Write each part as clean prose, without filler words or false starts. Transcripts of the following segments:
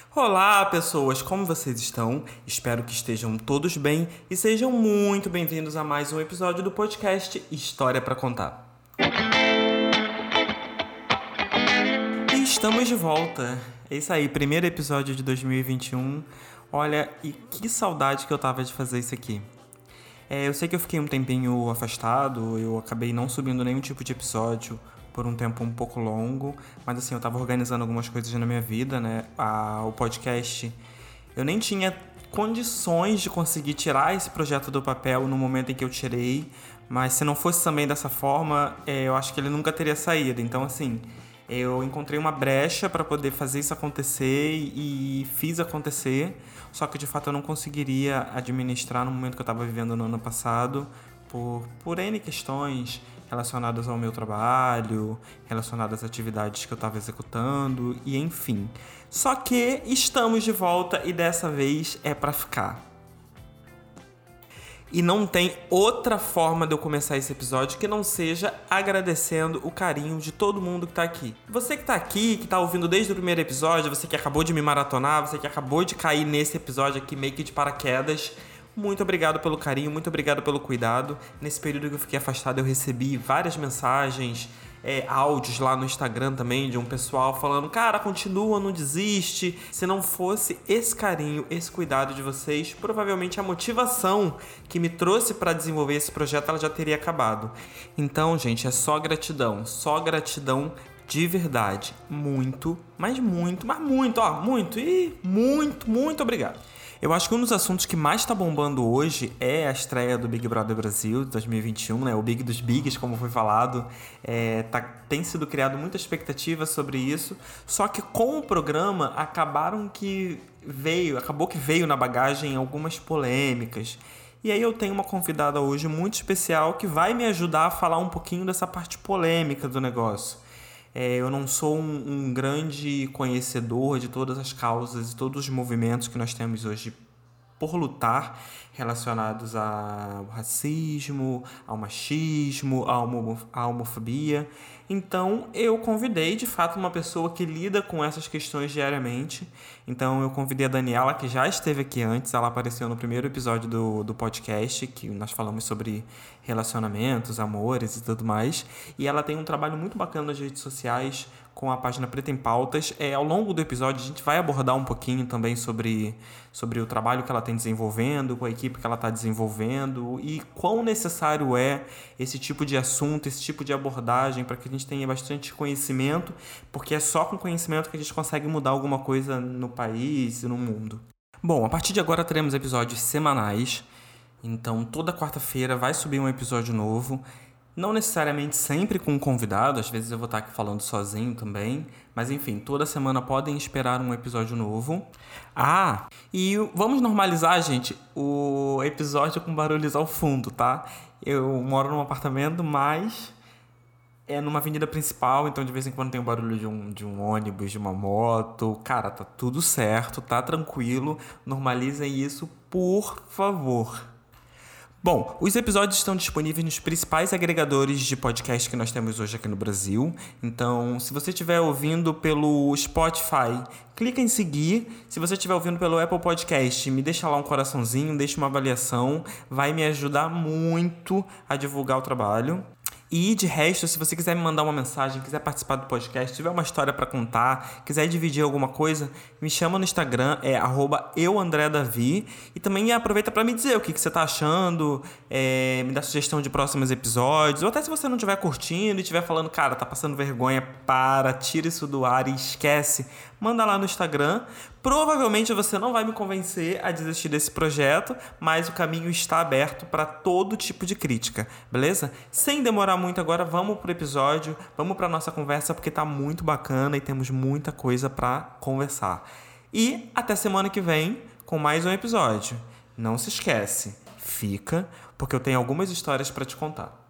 Olá, pessoas! Como vocês estão? Espero que estejam todos bem e sejam muito bem-vindos a mais um episódio do podcast História pra Contar. E estamos de volta. É isso aí, primeiro episódio de 2021. Olha, e que saudade que eu tava de fazer isso aqui. Eu sei que eu fiquei um tempinho afastado, eu acabei não subindo nenhum tipo de episódio por um tempo um pouco longo, mas assim, eu tava organizando algumas coisas na minha vida, né? O podcast, eu nem tinha condições de conseguir tirar esse projeto do papel no momento em que eu tirei, mas se não fosse também dessa forma, eu acho que ele nunca teria saído. Então, assim, eu encontrei uma brecha para poder fazer isso acontecer e fiz acontecer, só que de fato eu não conseguiria administrar no momento que eu estava vivendo no ano passado por N questões relacionadas ao meu trabalho, relacionadas às atividades que eu estava executando e enfim. Só que estamos de volta e dessa vez é para ficar. E não tem outra forma de eu começar esse episódio que não seja agradecendo o carinho de todo mundo que tá aqui. Você que tá aqui, que tá ouvindo desde o primeiro episódio, você que acabou de me maratonar, você que acabou de cair nesse episódio aqui meio que de paraquedas, muito obrigado pelo carinho, muito obrigado pelo cuidado. Nesse período que eu fiquei afastado, eu recebi várias mensagens, áudios lá no Instagram também, de um pessoal falando: cara, continua, não desiste. Se não fosse esse carinho, esse cuidado de vocês, provavelmente a motivação que me trouxe para desenvolver esse projeto, ela já teria acabado. Então, gente, é só gratidão de verdade. Muito obrigado. Eu acho que um dos assuntos que mais tá bombando hoje é a estreia do Big Brother Brasil 2021, né? O Big dos Bigs, como foi falado. Tem sido criado muita expectativa sobre isso, só que com o programa acabou que veio na bagagem algumas polêmicas. E aí eu tenho uma convidada hoje muito especial que vai me ajudar a falar um pouquinho dessa parte polêmica do negócio. Eu não sou um grande conhecedor de todas as causas e todos os movimentos que nós temos hoje por lutar relacionados ao racismo, ao machismo, à homofobia. Então, eu convidei, de fato, uma pessoa que lida com essas questões diariamente. Então, eu convidei a Daniela, que já esteve aqui antes. Ela apareceu no primeiro episódio do podcast, que nós falamos sobre relacionamentos, amores e tudo mais. E ela tem um trabalho muito bacana nas redes sociais, com a página Preta em Pautas. Ao longo do episódio, a gente vai abordar um pouquinho também sobre o trabalho que ela tem desenvolvendo, com a equipe que ela está desenvolvendo e quão necessário é esse tipo de assunto, esse tipo de abordagem para que a gente tenha bastante conhecimento, porque é só com conhecimento que a gente consegue mudar alguma coisa no país e no mundo. Bom, a partir de agora teremos episódios semanais, então toda quarta-feira vai subir um episódio novo. Não necessariamente sempre com um convidado, às vezes eu vou estar aqui falando sozinho também. Mas enfim, toda semana podem esperar um episódio novo. E vamos normalizar, gente, o episódio com barulhos ao fundo, tá? Eu moro num apartamento, mas é numa avenida principal, então de vez em quando tem o barulho de um ônibus, de uma moto. Cara, tá tudo certo, tá tranquilo. Normalizem isso, por favor. Bom, os episódios estão disponíveis nos principais agregadores de podcast que nós temos hoje aqui no Brasil. Então, se você estiver ouvindo pelo Spotify, clica em seguir. Se você estiver ouvindo pelo Apple Podcast, me deixa lá um coraçãozinho, deixa uma avaliação. Vai me ajudar muito a divulgar o trabalho. E de resto, se você quiser me mandar uma mensagem, quiser participar do podcast, tiver uma história para contar, quiser dividir alguma coisa, me chama no Instagram, @euandredavi. E também aproveita para me dizer o que você tá achando, me dá sugestão de próximos episódios, ou até se você não estiver curtindo e estiver falando, cara, tá passando vergonha, tira isso do ar e esquece. Manda lá no Instagram. Provavelmente você não vai me convencer a desistir desse projeto, mas o caminho está aberto para todo tipo de crítica, beleza? Sem demorar muito agora, vamos pro episódio, vamos pra nossa conversa, porque tá muito bacana e temos muita coisa para conversar. E até semana que vem com mais um episódio. Não se esquece, fica, porque eu tenho algumas histórias para te contar.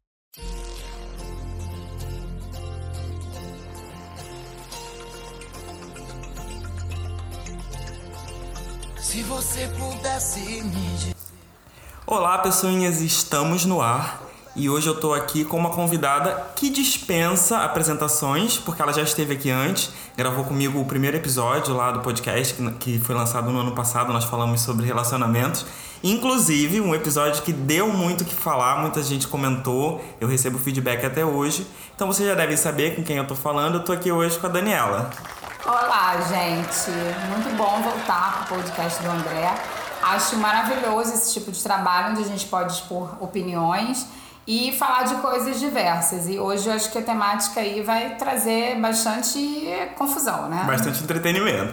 Se você pudesse me... Olá, pessoinhas, estamos no ar. E hoje eu tô aqui com uma convidada que dispensa apresentações, porque ela já esteve aqui antes, gravou comigo o primeiro episódio lá do podcast, que foi lançado no ano passado, nós falamos sobre relacionamentos. Inclusive, um episódio que deu muito o que falar, muita gente comentou, eu recebo feedback até hoje. Então você já deve saber com quem eu tô falando, eu tô aqui hoje com a Daniela. Olá, gente. Muito bom voltar pro podcast do André. Acho maravilhoso esse tipo de trabalho, onde a gente pode expor opiniões e falar de coisas diversas. E hoje eu acho que a temática aí vai trazer bastante confusão, né? Bastante entretenimento.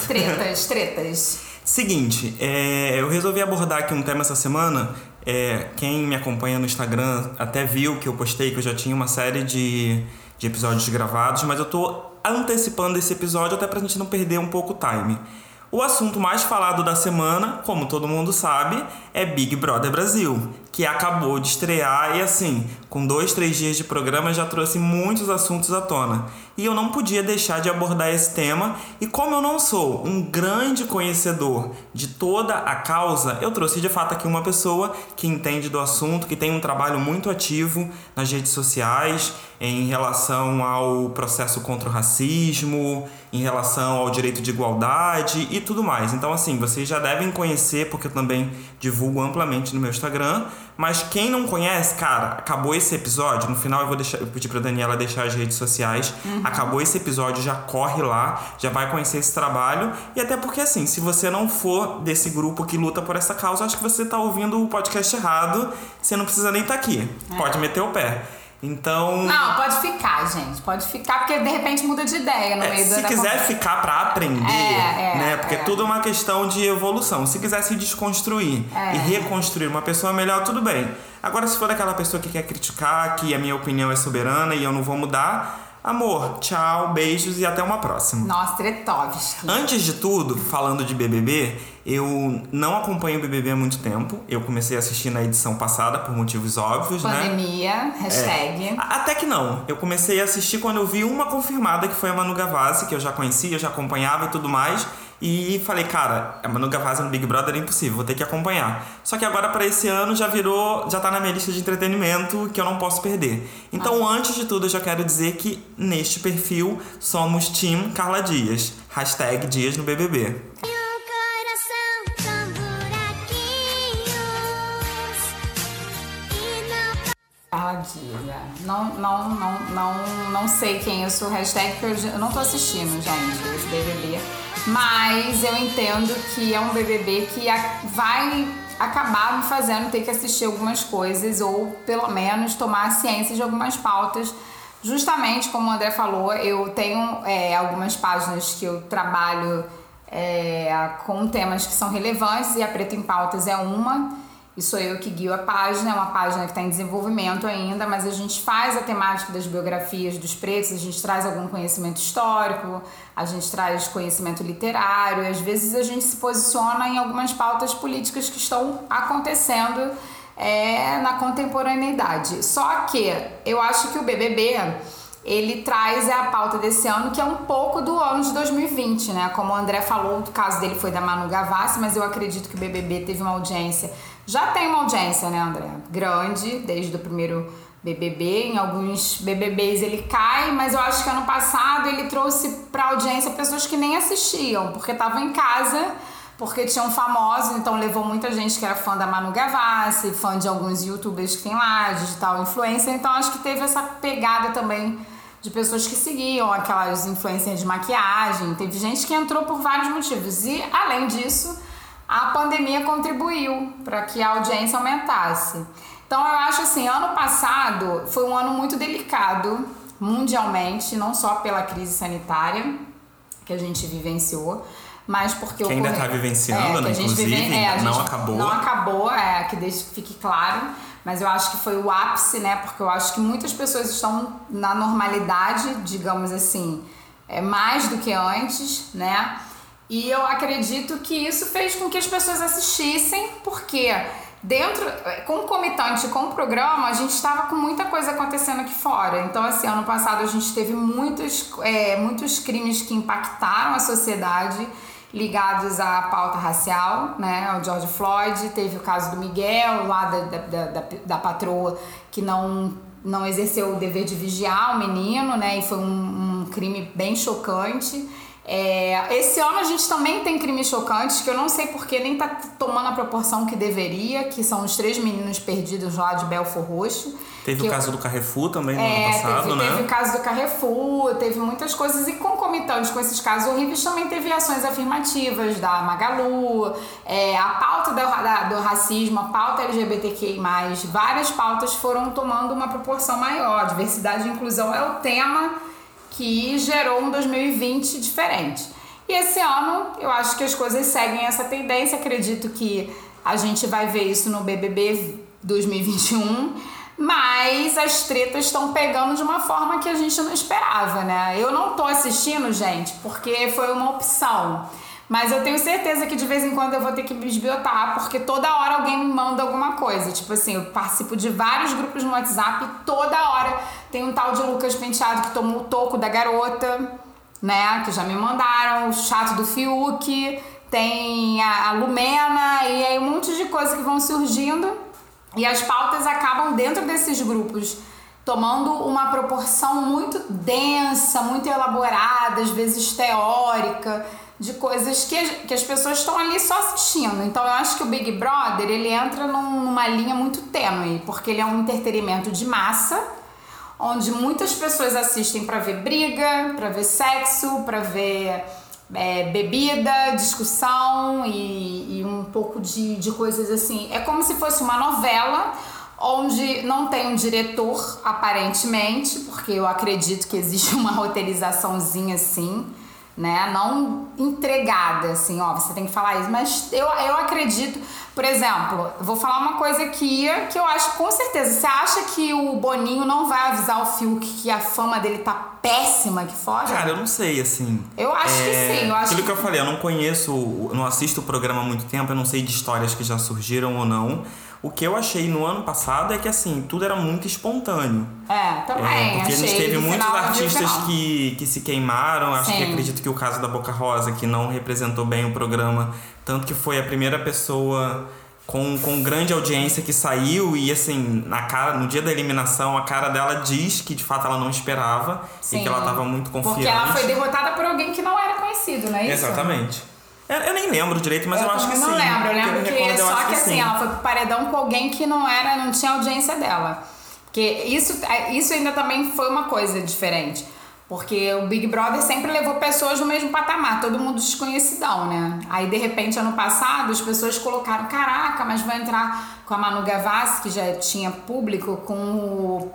Tretas. Seguinte, eu resolvi abordar aqui um tema essa semana. Quem me acompanha no Instagram até viu que eu postei que eu já tinha uma série de episódios gravados, mas eu tô antecipando esse episódio até pra gente não perder um pouco o time. O assunto mais falado da semana, como todo mundo sabe, é Big Brother Brasil, que acabou de estrear e assim, com 2-3 dias de programa já trouxe muitos assuntos à tona. E eu não podia deixar de abordar esse tema, e como eu não sou um grande conhecedor de toda a causa, eu trouxe de fato aqui uma pessoa que entende do assunto, que tem um trabalho muito ativo nas redes sociais, em relação ao processo contra o racismo, em relação ao direito de igualdade e tudo mais. Então assim, vocês já devem conhecer, porque eu também divulgo amplamente no meu Instagram, mas quem não conhece, cara, acabou esse episódio, no final eu pedir pra Daniela deixar as redes sociais, acabou esse episódio, já corre lá, já vai conhecer esse trabalho, e até porque assim, se você não for desse grupo que luta por essa causa, acho que você tá ouvindo o podcast errado, você não precisa nem estar aqui, pode meter o pé. Então... Não, pode ficar, gente. Pode ficar, porque de repente muda de ideia no meio se quiser ficar pra aprender, né? Porque tudo é uma questão de evolução. Se quiser se desconstruir e reconstruir uma pessoa melhor, tudo bem. Agora, se for aquela pessoa que quer criticar, que a minha opinião é soberana e eu não vou mudar... Amor, tchau, beijos e até uma próxima. Nossa, Tretovski. Antes de tudo, falando de BBB, eu não acompanho o BBB há muito tempo. Eu comecei a assistir na edição passada, por motivos óbvios, Pandemia, hashtag. Até que não. Eu comecei a assistir quando eu vi uma confirmada, que foi a Manu Gavassi, que eu já conhecia, eu já acompanhava e tudo mais. E falei, cara, a Manu Gavassi no Big Brother é impossível, vou ter que acompanhar. Só que agora pra esse ano já tá na minha lista de entretenimento que eu não posso perder. Então, antes de tudo, eu já quero dizer que neste perfil somos Team Carla Dias. Hashtag Dias no BBB. Carla Dias. Não sei quem eu sou, hashtag, porque eu não tô assistindo, gente, esse BBB. Mas eu entendo que é um BBB que vai acabar me fazendo ter que assistir algumas coisas ou pelo menos tomar ciência de algumas pautas. Justamente como o André falou, eu tenho algumas páginas que eu trabalho com temas que são relevantes e a Preto em Pautas é uma. E sou eu que guio a página, é uma página que está em desenvolvimento ainda, mas a gente faz a temática das biografias dos pretos, a gente traz algum conhecimento histórico, a gente traz conhecimento literário, e às vezes a gente se posiciona em algumas pautas políticas que estão acontecendo na contemporaneidade. Só que eu acho que o BBB... ele traz a pauta desse ano, que é um pouco do ano de 2020, né? Como o André falou, o caso dele foi da Manu Gavassi, mas eu acredito que o BBB teve uma audiência... Já tem uma audiência, né, André? Grande, desde o primeiro BBB. Em alguns BBBs ele cai, mas eu acho que ano passado ele trouxe pra audiência pessoas que nem assistiam, porque estavam em casa, porque tinham famosos, então levou muita gente que era fã da Manu Gavassi, fã de alguns youtubers que tem lá, digital influencer, então acho que teve essa pegada também de pessoas que seguiam aquelas influencers de maquiagem. Teve gente que entrou por vários motivos. E, além disso, a pandemia contribuiu para que a audiência aumentasse. Então, eu acho assim, ano passado foi um ano muito delicado mundialmente, não só pela crise sanitária que a gente vivenciou, mas porque que ainda está vivenciando, né? Inclusive, não acabou. Não acabou, que deixe que fique claro. Mas eu acho que foi o ápice, né? Porque eu acho que muitas pessoas estão na normalidade, digamos assim, mais do que antes, né? E eu acredito que isso fez com que as pessoas assistissem, porque concomitante com o programa, a gente estava com muita coisa acontecendo aqui fora. Então, assim, ano passado a gente teve muitos crimes que impactaram a sociedade. ligados à pauta racial, né? Ao George Floyd, teve o caso do Miguel, lá da patroa, que não exerceu o dever de vigiar o menino, né? E foi um crime bem chocante. Esse ano a gente também tem crimes chocantes, que eu não sei porque nem tá tomando a proporção que deveria, que são os 3 meninos perdidos lá de Belford Roxo. Teve o caso do Carrefour também no ano passado, né? Teve o caso do Carrefour, teve muitas coisas, e concomitantes com esses casos horríveis também teve ações afirmativas da Magalu, a pauta do racismo, a pauta LGBTQI+, várias pautas foram tomando uma proporção maior. Diversidade e inclusão é o tema que gerou um 2020 diferente. E esse ano, eu acho que as coisas seguem essa tendência. Acredito que a gente vai ver isso no BBB 2021, mas as tretas estão pegando de uma forma que a gente não esperava, né? Eu não tô assistindo, gente, porque foi uma opção. Mas eu tenho certeza que de vez em quando eu vou ter que me esbiotar, porque toda hora alguém me manda alguma coisa. Tipo assim, eu participo de vários grupos no WhatsApp e toda hora tem um tal de Lucas Penteado que tomou o toco da garota, né? Que já me mandaram, o chato do Fiuk, tem a Lumena, e aí um monte de coisas que vão surgindo. E as pautas acabam dentro desses grupos tomando uma proporção muito densa, muito elaborada, às vezes teórica, de coisas que as pessoas estão ali só assistindo. Então eu acho que o Big Brother, ele entra numa linha muito tênue, porque ele é um entretenimento de massa, onde muitas pessoas assistem para ver briga, para ver sexo, para ver bebida, discussão e um pouco de coisas assim. É como se fosse uma novela onde não tem um diretor, aparentemente, porque eu acredito que existe uma roteirizaçãozinha assim, né? Não entregada, assim, ó, você tem que falar isso. Mas eu acredito, por exemplo, eu vou falar uma coisa aqui que eu acho, com certeza, você acha que o Boninho não vai avisar o Fiuk que a fama dele tá péssima aqui fora? Cara, eu não sei, assim. Eu acho que sim. Aquilo que eu falei, eu não conheço, não assisto o programa há muito tempo, eu não sei de histórias que já surgiram ou não. O que eu achei no ano passado é que, assim, tudo era muito espontâneo. Também. Porque a gente teve muitos artistas que se queimaram. Acho que acredito que o caso da Boca Rosa, que não representou bem o programa, tanto que foi a primeira pessoa com grande audiência que saiu e, assim, no dia da eliminação, a cara dela diz que, de fato, ela não esperava. Sim. E que ela estava muito confiante. Porque ela foi derrotada por alguém que não era conhecido, não é isso? Exatamente. Eu nem lembro direito, mas eu acho que sim. Eu não lembro, eu lembro que só que assim, ela foi pro paredão com alguém que não tinha audiência dela. Porque isso ainda também foi uma coisa diferente. Porque o Big Brother sempre levou pessoas no mesmo patamar, todo mundo desconhecidão, né? Aí, de repente, ano passado, as pessoas colocaram, caraca, mas vai entrar com a Manu Gavassi, que já tinha público, com o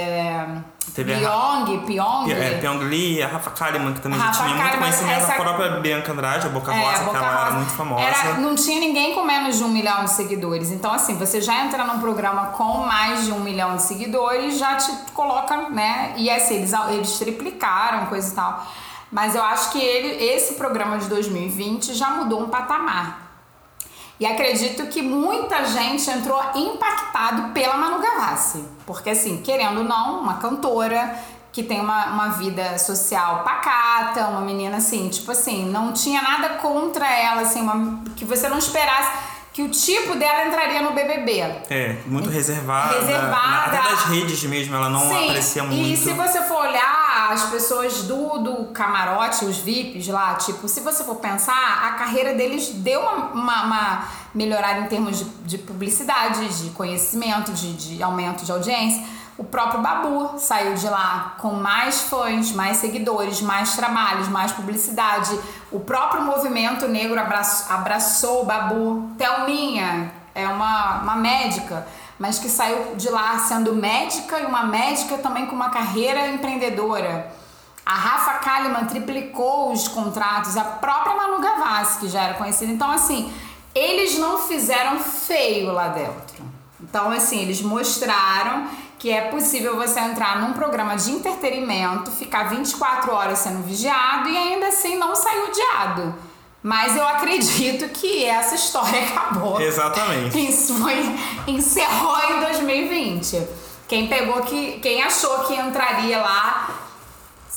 Pyong Lee, a Rafa Kalimann, que também já tinha muito conhecimento, a própria Bianca Andrade, a Boca Rosa, que ela era muito famosa. Não tinha ninguém com menos de 1 milhão de seguidores. Então, assim, você já entra num programa com mais de 1 milhão de seguidores, já te coloca, né? E assim, eles triplicaram, coisa e tal. Mas eu acho que esse programa de 2020 já mudou um patamar. E acredito que muita gente entrou impactado pela Manu Gavassi. Porque, assim, querendo ou não, uma cantora que tem uma vida social pacata, uma menina, assim, tipo assim, não tinha nada contra ela, assim, que você não esperasse que o tipo dela entraria no BBB. Muito reservada. Até das redes mesmo, ela não aparecia muito. E se você for olhar as pessoas do camarote, os VIPs lá, tipo, se você for pensar, a carreira deles deu uma melhorada em termos de publicidade, de conhecimento, de aumento de audiência. O próprio Babu saiu de lá com mais fãs, mais seguidores, mais trabalhos, mais publicidade. O próprio movimento negro abraçou o Babu. Thelminha é uma médica, mas que saiu de lá sendo médica e uma médica também com uma carreira empreendedora. A Rafa Kalimann triplicou os contratos, a própria Manu Gavassi, que já era conhecida. Então, assim, eles não fizeram feio lá dentro. Então, assim, eles mostraram que é possível você entrar num programa de entretenimento, ficar 24 horas sendo vigiado e ainda assim não sair odiado. Mas eu acredito que essa história acabou. Exatamente. Encerrou em 2020. Quem achou que entraria lá,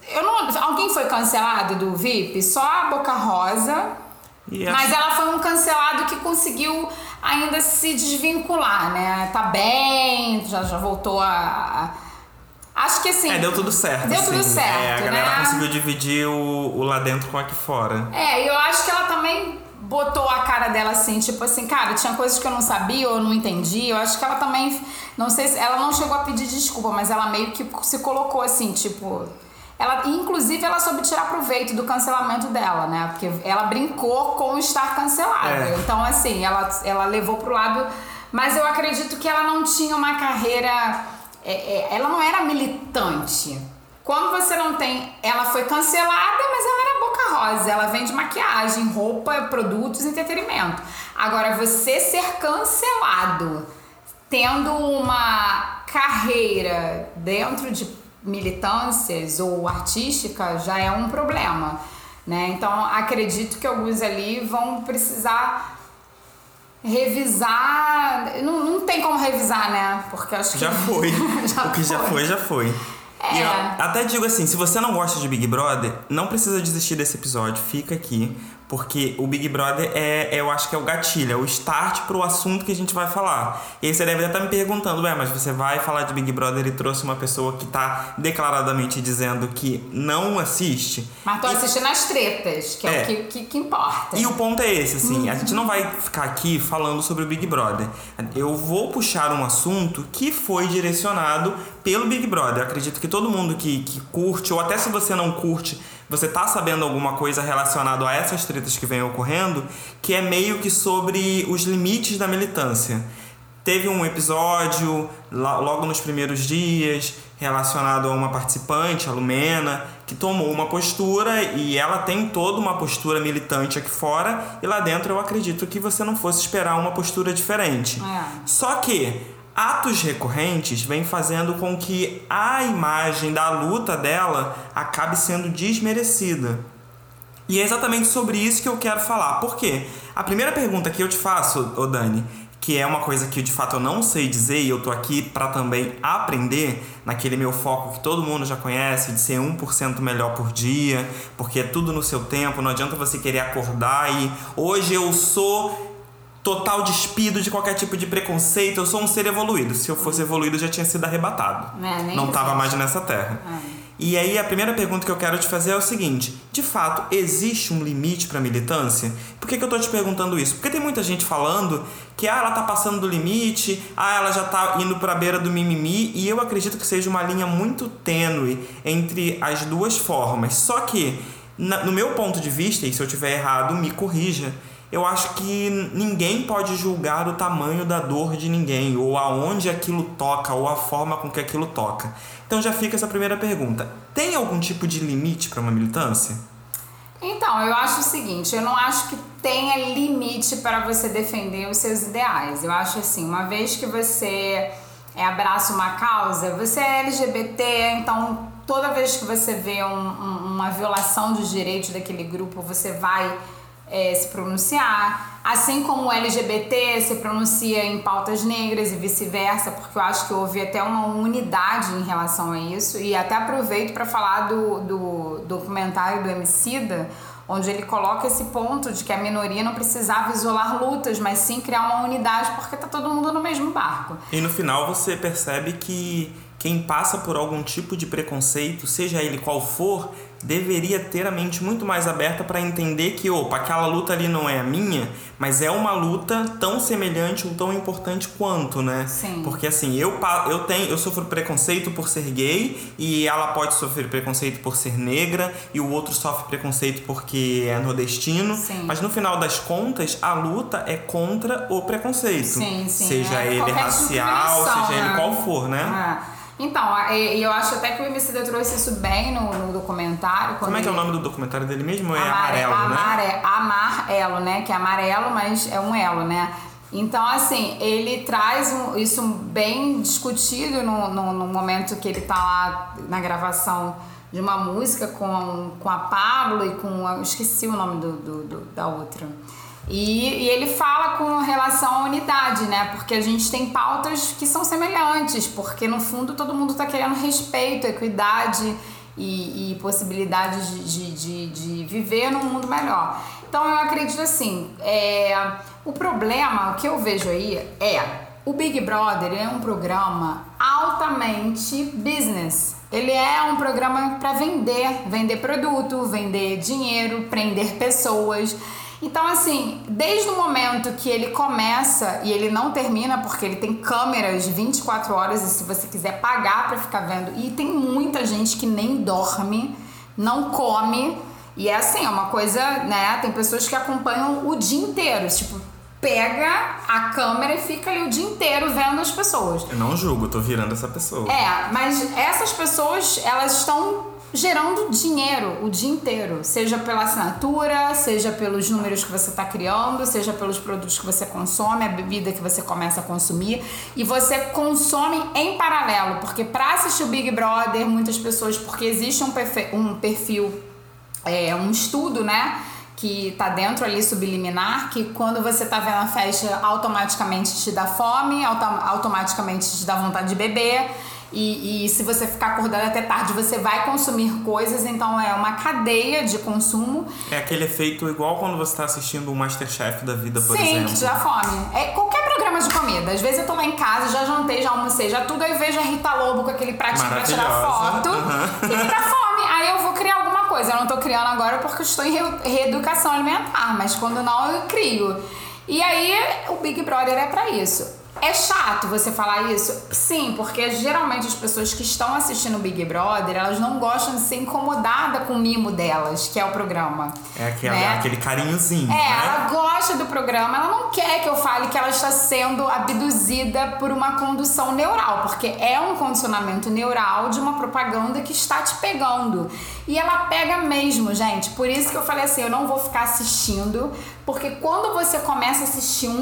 Alguém foi cancelado do VIP? Só a Boca Rosa. Mas ela foi um cancelado que conseguiu ainda se desvincular, né? Tá bem, já voltou a... Acho que assim... deu tudo certo. Deu tudo certo, a galera conseguiu dividir o lá dentro com aqui fora. E eu acho que ela também botou a cara dela assim, tipo assim, cara, tinha coisas que eu não sabia ou não entendi. Eu acho que ela também, não sei se... Ela não chegou a pedir desculpa, mas ela meio que se colocou assim, tipo... Inclusive, ela soube tirar proveito do cancelamento dela, né? Porque ela brincou com estar cancelada. Então, assim, ela levou pro lado... Mas eu acredito que ela não tinha uma carreira... ela não era militante. Quando você não tem... Ela foi cancelada, mas ela era Boca Rosa. Ela vende maquiagem, roupa, produtos, entretenimento. Agora, você ser cancelado, tendo uma carreira dentro de militâncias ou artística, já é um problema, né? Então acredito que alguns ali vão precisar revisar. Não tem como revisar, né? Porque acho que já foi. Já foi. E eu até digo assim, se você não gosta de Big Brother, não precisa desistir desse episódio, fica aqui, porque o Big Brother eu acho que é o gatilho, é o start pro assunto que a gente vai falar. E aí você deve estar me perguntando, mas você vai falar de Big Brother e trouxe uma pessoa que tá declaradamente dizendo que não assiste. Mas tô assistindo as tretas, que é o que importa. E o ponto é esse, assim, a gente não vai ficar aqui falando sobre o Big Brother. Eu vou puxar um assunto que foi direcionado pelo Big Brother. Eu acredito que todo mundo que curte, ou até se você não curte, você tá sabendo alguma coisa relacionada a essas tretas que vem ocorrendo, que é meio que sobre os limites da militância. Teve um episódio, logo nos primeiros dias, relacionado a uma participante, a Lumena, que tomou uma postura e ela tem toda uma postura militante aqui fora, e lá dentro eu acredito que você não fosse esperar uma postura diferente. Só que atos recorrentes vêm fazendo com que a imagem da luta dela acabe sendo desmerecida. E é exatamente sobre isso que eu quero falar. Por quê? A primeira pergunta que eu te faço, Dani, que é uma coisa que de fato eu não sei dizer e eu tô aqui para também aprender, naquele meu foco que todo mundo já conhece, de ser 1% melhor por dia, porque é tudo no seu tempo, não adianta você querer acordar e hoje eu sou total despido de qualquer tipo de preconceito, eu sou um ser evoluído. Se eu fosse evoluído, eu já tinha sido arrebatado. Não tava mais nessa terra. E aí a primeira pergunta que eu quero te fazer é o seguinte: de fato, existe um limite pra militância? Por que eu tô te perguntando isso? Porque tem muita gente falando que ela tá passando do limite, ela já tá indo pra beira do mimimi, e eu acredito que seja uma linha muito tênue entre as duas formas. Só que, no meu ponto de vista, e se eu tiver errado, me corrija, eu acho que ninguém pode julgar o tamanho da dor de ninguém, ou aonde aquilo toca, ou a forma com que aquilo toca. Então já fica essa primeira pergunta. Tem algum tipo de limite para uma militância? Então, eu acho o seguinte, eu não acho que tenha limite para você defender os seus ideais. Eu acho assim, uma vez que você abraça uma causa, você é LGBT, então toda vez que você vê uma violação dos direitos daquele grupo, você vai se pronunciar, assim como o LGBT se pronuncia em pautas negras e vice-versa, porque eu acho que houve até uma unidade em relação a isso. E até aproveito para falar do documentário do Emicida, onde ele coloca esse ponto de que a minoria não precisava isolar lutas, mas sim criar uma unidade, porque tá todo mundo no mesmo barco. E no final você percebe que quem passa por algum tipo de preconceito, seja ele qual for, deveria ter a mente muito mais aberta para entender que, aquela luta ali não é a minha, mas é uma luta tão semelhante ou tão importante quanto, né? Sim. Porque assim, eu sofro preconceito por ser gay, e ela pode sofrer preconceito por ser negra, e o outro sofre preconceito porque é nordestino. Sim. Mas no final das contas, a luta é contra o preconceito. Sim. Seja ele racial, seja ele qual for, né? Então, eu acho até que o Emicida trouxe isso bem no documentário. Como é que é o nome do documentário dele mesmo? É Amarelo, né? Amarelo, né? Que é amarelo, mas é um elo, né? Então, assim, ele traz isso bem discutido no momento que ele tá lá na gravação de uma música com a Pablo e com... Eu esqueci o nome da outra. E ele fala com relação à unidade, né? Porque a gente tem pautas que são semelhantes, porque no fundo todo mundo tá querendo respeito, equidade e possibilidades de viver num mundo melhor. Então eu acredito assim, o problema, o que eu vejo aí o Big Brother é um programa altamente business. Ele é um programa para vender produto, vender dinheiro, prender pessoas. Então, assim, desde o momento que ele começa e ele não termina, porque ele tem câmeras 24 horas e se você quiser pagar pra ficar vendo, e tem muita gente que nem dorme, não come, e é assim, é uma coisa, né, tem pessoas que acompanham o dia inteiro, tipo, pega a câmera e fica ali o dia inteiro vendo as pessoas. Eu não julgo, tô virando essa pessoa. Mas essas pessoas, elas estão gerando dinheiro o dia inteiro, seja pela assinatura, seja pelos números que você está criando, seja pelos produtos que você consome, a bebida que você começa a consumir, e você consome em paralelo, porque para assistir o Big Brother, muitas pessoas, porque existe um perfil, um estudo, né, que tá dentro ali subliminar, que quando você tá vendo a festa, automaticamente te dá fome, automaticamente te dá vontade de beber, e se você ficar acordado até tarde, você vai consumir coisas, então é uma cadeia de consumo. É aquele efeito igual quando você tá assistindo o Masterchef da vida, por exemplo. Sim, que te dá fome. É qualquer programa de comida. Às vezes eu tô lá em casa, já jantei, já almocei, já tudo, aí vejo a Rita Lobo com aquele pratinho pra tirar foto, e me dá fome. Aí eu vou criar alguma coisa. Eu não tô criando agora porque eu estou em reeducação alimentar, mas quando não, eu crio. E aí o Big Brother é pra isso. É chato você falar isso? Sim, porque geralmente as pessoas que estão assistindo o Big Brother, elas não gostam de ser incomodadas com o mimo delas, que é o programa. Aquele carinhozinho, né? Ela gosta do programa, ela não quer que eu fale que ela está sendo abduzida por uma condução neural, porque é um condicionamento neural de uma propaganda que está te pegando. E ela pega mesmo, gente. Por isso que eu falei assim, eu não vou ficar assistindo, porque quando você começa a assistir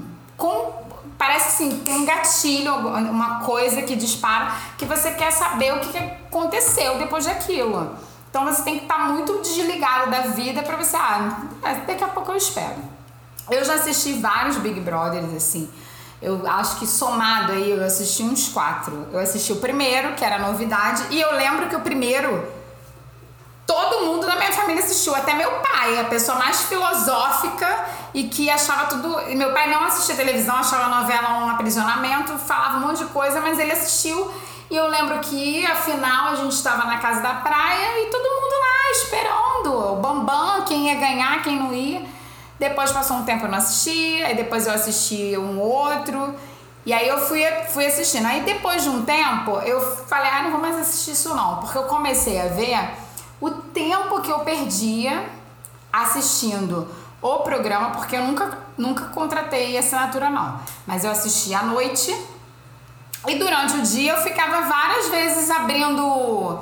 parece assim, tem um gatilho, uma coisa que dispara, que você quer saber o que aconteceu depois daquilo. Então você tem que estar muito desligado da vida pra você, daqui a pouco eu espero. Eu já assisti vários Big Brothers, assim, eu acho que somado aí eu assisti uns 4. Eu assisti o primeiro, que era novidade, e eu lembro que o primeiro, todo mundo da minha família assistiu, até meu pai, a pessoa mais filosófica e que achava tudo... Meu pai não assistia televisão, achava a novela um aprisionamento, falava um monte de coisa, mas ele assistiu. E eu lembro que, afinal, a gente estava na casa da praia e todo mundo lá esperando, o bambam, quem ia ganhar, quem não ia. Depois passou um tempo eu não assisti, aí depois eu assisti um outro... E aí eu fui assistindo. Aí depois de um tempo, eu falei, não vou mais assistir isso não, porque eu comecei a ver o tempo que eu perdia assistindo o programa, porque eu nunca contratei assinatura não, mas eu assistia à noite e durante o dia eu ficava várias vezes abrindo,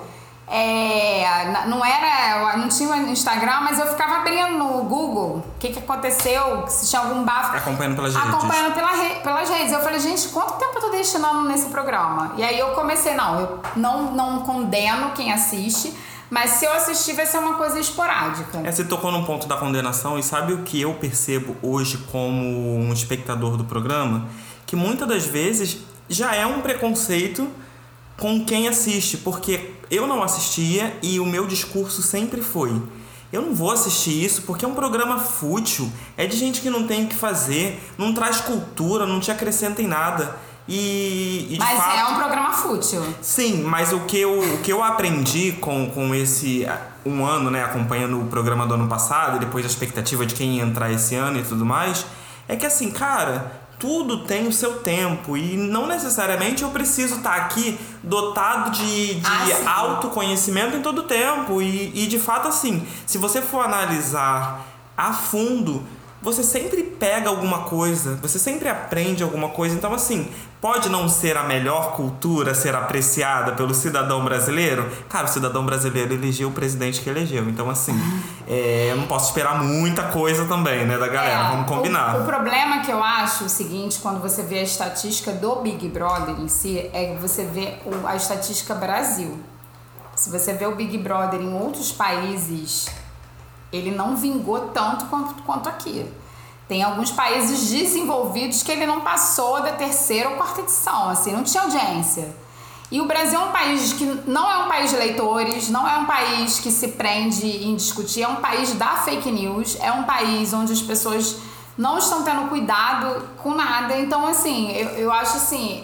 não tinha Instagram, mas eu ficava abrindo no Google o que aconteceu, se tinha algum bafo, acompanhando pelas redes. Pelas redes. Eu falei, gente, quanto tempo eu tô destinando nesse programa? E aí eu comecei, eu não condeno quem assiste, mas se eu assistir vai ser uma coisa esporádica. Você tocou num ponto da condenação, e sabe o que eu percebo hoje como um espectador do programa? Que muitas das vezes já é um preconceito com quem assiste, porque eu não assistia e o meu discurso sempre foi: eu não vou assistir isso porque é um programa fútil, é de gente que não tem o que fazer, não traz cultura, não te acrescenta em nada. Mas fato, é um programa fútil. Sim, mas o que eu aprendi com esse um ano, né, acompanhando o programa do ano passado e depois a expectativa de quem ia entrar esse ano e tudo mais, é que assim, cara, tudo tem o seu tempo e não necessariamente eu preciso estar aqui dotado de autoconhecimento em todo o tempo e de fato assim, se você for analisar a fundo, você sempre pega alguma coisa, você sempre aprende alguma coisa. Então, assim, pode não ser a melhor cultura ser apreciada pelo cidadão brasileiro. Cara, o cidadão brasileiro elegeu o presidente que elegeu. Então, assim, eu não posso esperar muita coisa também, né, da galera. Vamos combinar. O problema que eu acho o seguinte, quando você vê a estatística do Big Brother em si, é que você vê a estatística Brasil. Se você vê o Big Brother em outros países, ele não vingou tanto quanto aqui. Tem alguns países desenvolvidos que ele não passou da 3ª ou 4ª edição, assim, não tinha audiência. E o Brasil é um país que não é um país de eleitores, não é um país que se prende em discutir, é um país da fake news, é um país onde as pessoas não estão tendo cuidado com nada. Então, assim, eu acho assim,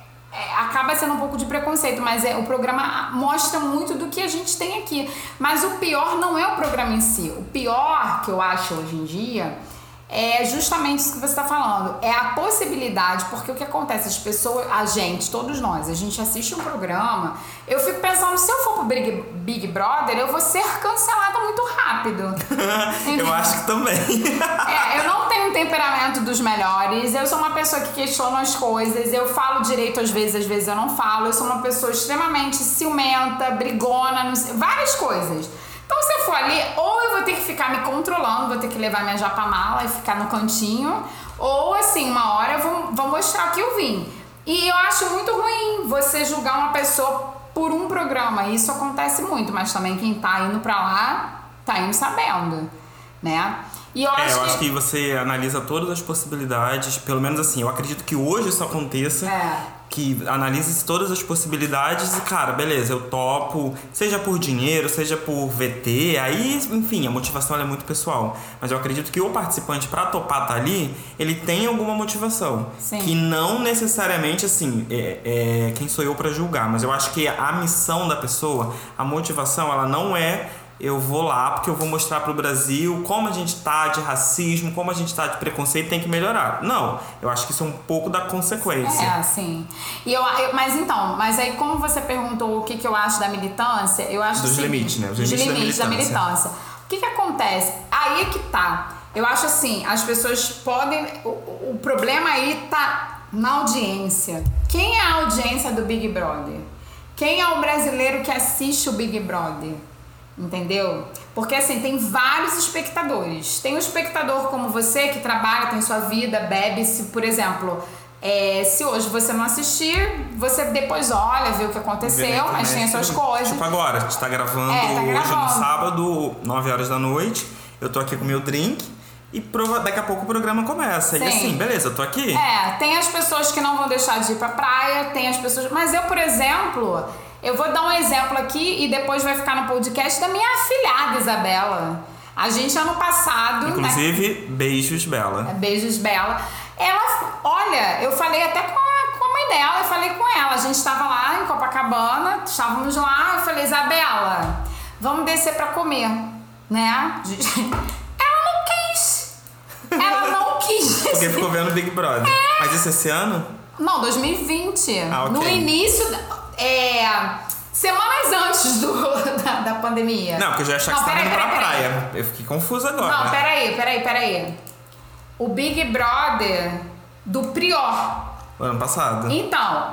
acaba sendo um pouco de preconceito, mas o programa mostra muito do que a gente tem aqui. Mas o pior não é o programa em si. O pior que eu acho hoje em dia é justamente isso que você está falando. É a possibilidade, porque o que acontece, as pessoas, a gente, todos nós, a gente assiste um programa, eu fico pensando, se eu for pro Big Brother, eu vou ser cancelada muito rápido. Eu acho que também. Eu não tenho um temperamento dos melhores, eu sou uma pessoa que questiona as coisas, eu falo direito às vezes eu não falo, eu sou uma pessoa extremamente ciumenta, brigona, várias coisas. Então, se eu for ali, ou eu vou ter que ficar me controlando, vou ter que levar minha japamala e ficar no cantinho, ou assim, uma hora eu vou mostrar que eu vim. E eu acho muito ruim você julgar uma pessoa por um programa. Isso acontece muito, mas também quem tá indo pra lá, tá indo sabendo, né? E eu acho que você analisa todas as possibilidades, pelo menos assim, eu acredito que hoje isso aconteça. Que analise todas as possibilidades e, cara, beleza, eu topo, seja por dinheiro, seja por VT, aí, enfim, a motivação ela é muito pessoal. Mas eu acredito que o participante, pra topar tá ali, ele tem alguma motivação. Sim. Que não necessariamente, assim, quem sou eu pra julgar, mas eu acho que a missão da pessoa, a motivação, ela não é eu vou lá porque eu vou mostrar pro Brasil como a gente tá de racismo, como a gente tá de preconceito, tem que melhorar. Não, eu acho que isso é um pouco da consequência. Sim. E mas aí como você perguntou o que eu acho da militância, eu acho dos limites, né? Os limites da militância. O que acontece? Aí é que tá. Eu acho assim, as pessoas podem... O problema aí tá na audiência. Quem é a audiência do Big Brother? Quem é o brasileiro que assiste o Big Brother? Entendeu? Porque assim, tem vários espectadores. Tem um espectador como você que trabalha, tem sua vida, bebe, se, por exemplo, se hoje você não assistir, você depois olha, vê o que aconteceu, mas tem as suas coisas. Tipo agora, a gente tá gravando hoje no sábado, 9 horas da noite. Eu tô aqui com o meu drink e daqui a pouco o programa começa. Sim. E assim, beleza, eu tô aqui. Tem as pessoas que não vão deixar de ir pra praia, tem as pessoas... Mas eu, por exemplo... Eu vou dar um exemplo aqui e depois vai ficar no podcast da minha afilhada Isabela. A gente ano passado... Inclusive, beijos, Bela. Beijos, Bela. Ela, olha, eu falei até com a mãe dela, eu falei com ela. A gente estava lá em Copacabana, estávamos lá, eu falei, Isabela, vamos descer pra comer, né? Ela não quis. Porque ficou vendo Big Brother. Mas isso esse ano? Não, 2020. Okay. No início... semanas antes da pandemia. Não, porque eu já achava que você estava indo pra praia. Eu fiquei confuso agora. Não, peraí. O Big Brother do Prior. O ano passado. Então,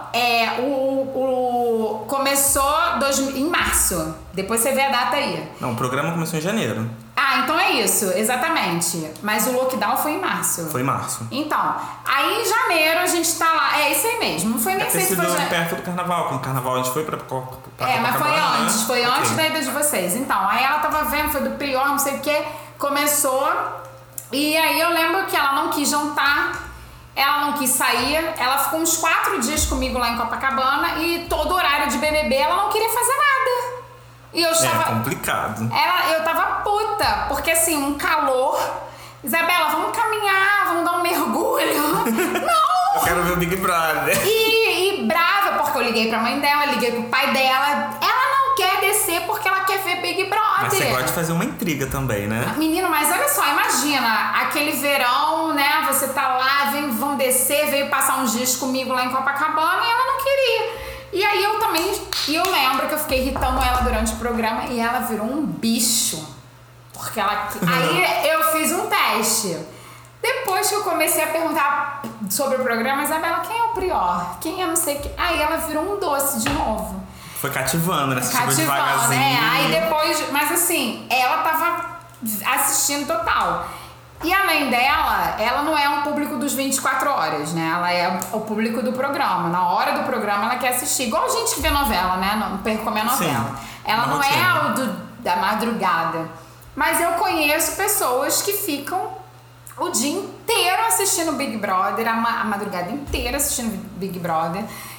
começou em março. Depois você vê a data aí. Não, o programa começou em janeiro. Então é isso, exatamente. Mas o lockdown foi em março. Foi em março. Então, aí em janeiro a gente tá lá. É isso aí mesmo. Não foi nem sei se foi perto do carnaval. Com o carnaval a gente foi pra mas foi antes. Né? Foi antes da ida de vocês. Então, aí ela tava vendo, foi do Prior, não sei o que. Começou. E aí eu lembro que ela não quis jantar. Ela não quis sair. Ela ficou uns 4 dias comigo lá em Copacabana. E todo horário de BBB ela não queria fazer nada. E eu estava... complicado. Eu tava puta, porque assim, um calor. Isabela, vamos caminhar, vamos dar um mergulho. Não! Eu quero ver o Big Brother. E brava, porque eu liguei pra mãe dela, liguei pro pai dela. Ela não quer descer porque ela quer ver Big Brother. Mas você gosta de fazer uma intriga também, né? Menino, mas olha só, imagina, aquele verão, né? Você tá lá, vão descer, veio passar uns dias comigo lá em Copacabana e ela não queria. E aí eu lembro que eu fiquei irritando ela durante o programa e ela virou um bicho. Porque aí eu fiz um teste. Depois que eu comecei a perguntar sobre o programa, Isabela, quem é o Prior? Quem é não sei o que? Aí ela virou um doce de novo. Foi cativando, né? Cativando, devagarzinho. Aí depois... Mas assim, ela tava assistindo total. E além dela, ela não é um público dos 24 horas, né? Ela é o público do programa. Na hora do programa, ela quer assistir. Igual a gente que vê novela, né? Não percome a novela. Sim, ela não é da madrugada. Mas eu conheço pessoas que ficam o dia inteiro assistindo Big Brother, a madrugada inteira assistindo Big Brother.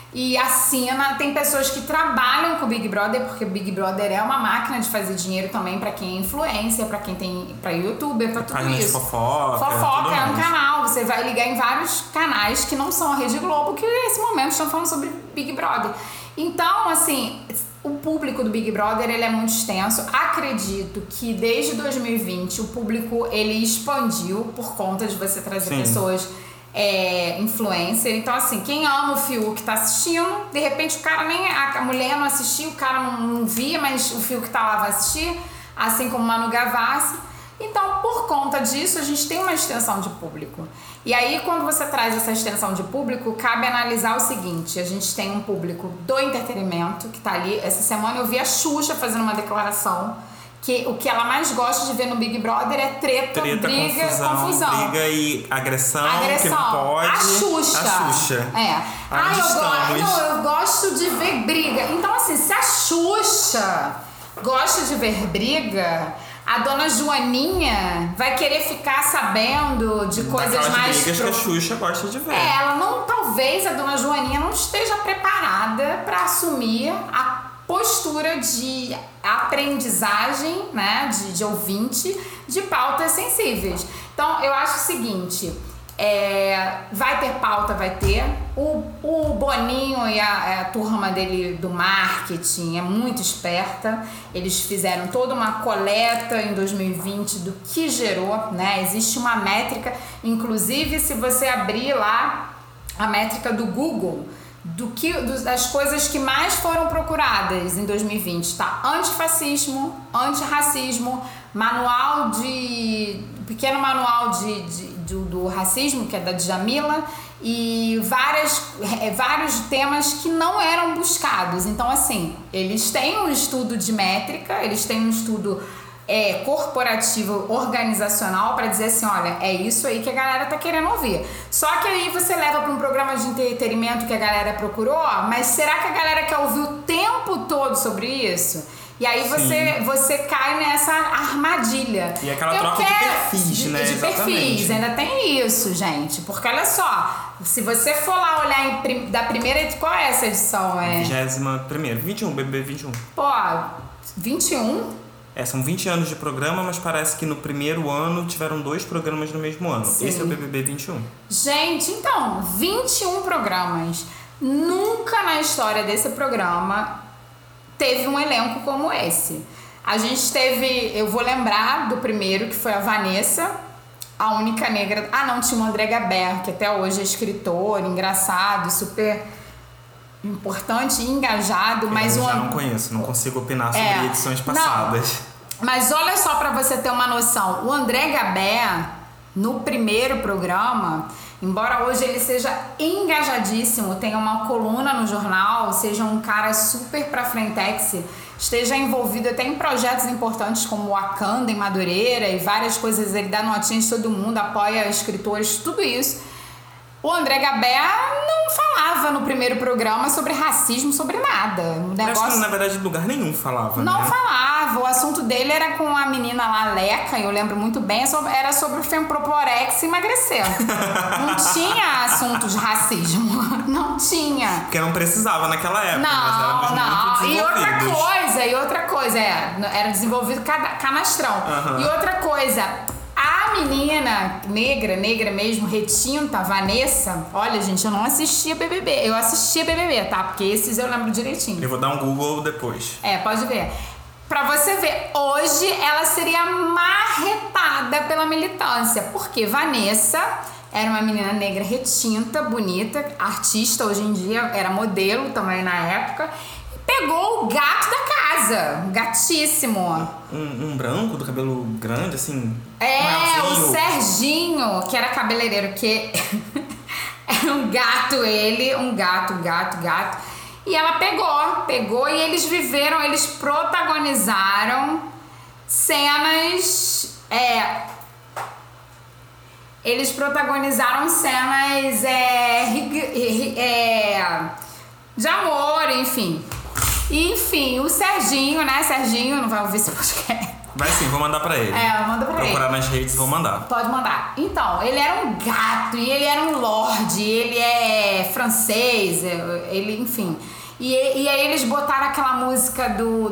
e assina. Tem pessoas que trabalham com o Big Brother, porque o Big Brother é uma máquina de fazer dinheiro também pra quem é influencer, pra quem tem, pra youtuber, pra tudo Página isso. de fofoca. Fofoca é um mais. canal, você vai ligar em vários canais que não são a Rede Globo, que nesse momento estão falando sobre Big Brother. Então, assim, o público do Big Brother, ele é muito extenso. Acredito que desde 2020 o público, ele expandiu por conta de você trazer pessoas influencer. Então, assim, quem ama o Fiuk tá assistindo, de repente o cara nem... A mulher não assistiu, o cara não via, mas o Fiuk tá lá, vai assistir, assim como Manu Gavassi. Então, por conta disso, a gente tem uma extensão de público. E aí, quando você traz essa extensão de público, cabe analisar o seguinte: a gente tem um público do entretenimento que tá ali. Essa semana eu vi a Xuxa fazendo uma declaração que o que ela mais gosta de ver no Big Brother é treta briga, confusão. Briga e agressão que não pode. A Xuxa. Eu gosto de ver briga. Então, assim, se a Xuxa gosta de ver briga, a dona Joaninha vai querer ficar sabendo de coisas mais... brigas que a Xuxa gosta de ver. Ela não... Talvez a dona Joaninha não esteja preparada para assumir a postura de aprendizagem, né, de ouvinte, de pautas sensíveis. Então, eu acho o seguinte... vai ter pauta, vai ter. O Boninho e a turma dele do marketing é muito esperta. Eles fizeram toda uma coleta em 2020 do que gerou, né? Existe uma métrica, inclusive se você abrir lá a métrica do Google, das coisas que mais foram procuradas em 2020, tá? Antifascismo, antirracismo, pequeno manual do racismo, que é da Djamila, e vários temas que não eram buscados. Então, assim, eles têm um estudo de métrica, eles têm um estudo corporativo, organizacional, para dizer assim, olha, é isso aí que a galera tá querendo ouvir. Só que aí você leva para um programa de entretenimento que a galera procurou, mas será que a galera quer ouvir o tempo todo sobre isso? E aí você cai nessa armadilha. E aquela troca de perfis, né? De perfis, ainda tem isso, gente. Porque olha só, se você for lá olhar da primeira... Qual é essa edição? 21ª, 21, BBB 21. Pô, 21? São 20 anos de programa, mas parece que no primeiro ano tiveram 2 programas no mesmo ano. Sim. Esse é o BBB 21. Gente, então, 21 programas. Nunca na história desse programa teve um elenco como esse. A gente teve... Eu vou lembrar do primeiro, que foi a Vanessa, a única negra... não, tinha o André Gaber, que até hoje é escritor, engraçado, super importante e engajado, mas... Eu já não conheço, não consigo opinar sobre edições passadas. Não, mas olha só pra você ter uma noção. O André Gaber, no primeiro programa... Embora hoje ele seja engajadíssimo, tenha uma coluna no jornal, seja um cara super pra frentex, esteja envolvido até em projetos importantes como o Wakanda em Madureira e várias coisas, ele dá notinhas de todo mundo, apoia escritores, tudo isso. O André Gaber não falava no primeiro programa sobre racismo, sobre nada. Acho que, na verdade, em lugar nenhum falava. Não falava. O assunto dele era com a menina lá, Leca, eu lembro muito bem, era sobre o Femproplorex emagrecer. Não tinha assunto de racismo. Não tinha. Porque não precisava naquela época. Não. E outra coisa, era desenvolvido canastrão. E outra coisa... A menina negra mesmo, retinta, Vanessa, olha, gente, eu não assistia BBB. Eu assistia BBB, tá? Porque esses eu lembro direitinho. Eu vou dar um Google depois. Pode ver. Pra você ver, hoje ela seria marretada pela militância. Porque Vanessa era uma menina negra retinta, bonita, artista hoje em dia, era modelo também na época. Pegou o gato da casa, gatíssimo. Um branco, do cabelo grande, assim. O Serginho, que era cabeleireiro, que era um gato, um gato. E ela pegou e eles protagonizaram cenas. Eles protagonizaram cenas de amor, enfim. E, enfim, o Serginho, né? Serginho não vai ouvir esse podcast. Vai sim, vou mandar pra ele. Manda pra ele. Procurar nas redes, vou mandar. Pode mandar. Então, ele era um gato, e ele era um lorde, ele é francês, ele, enfim. E aí eles botaram aquela música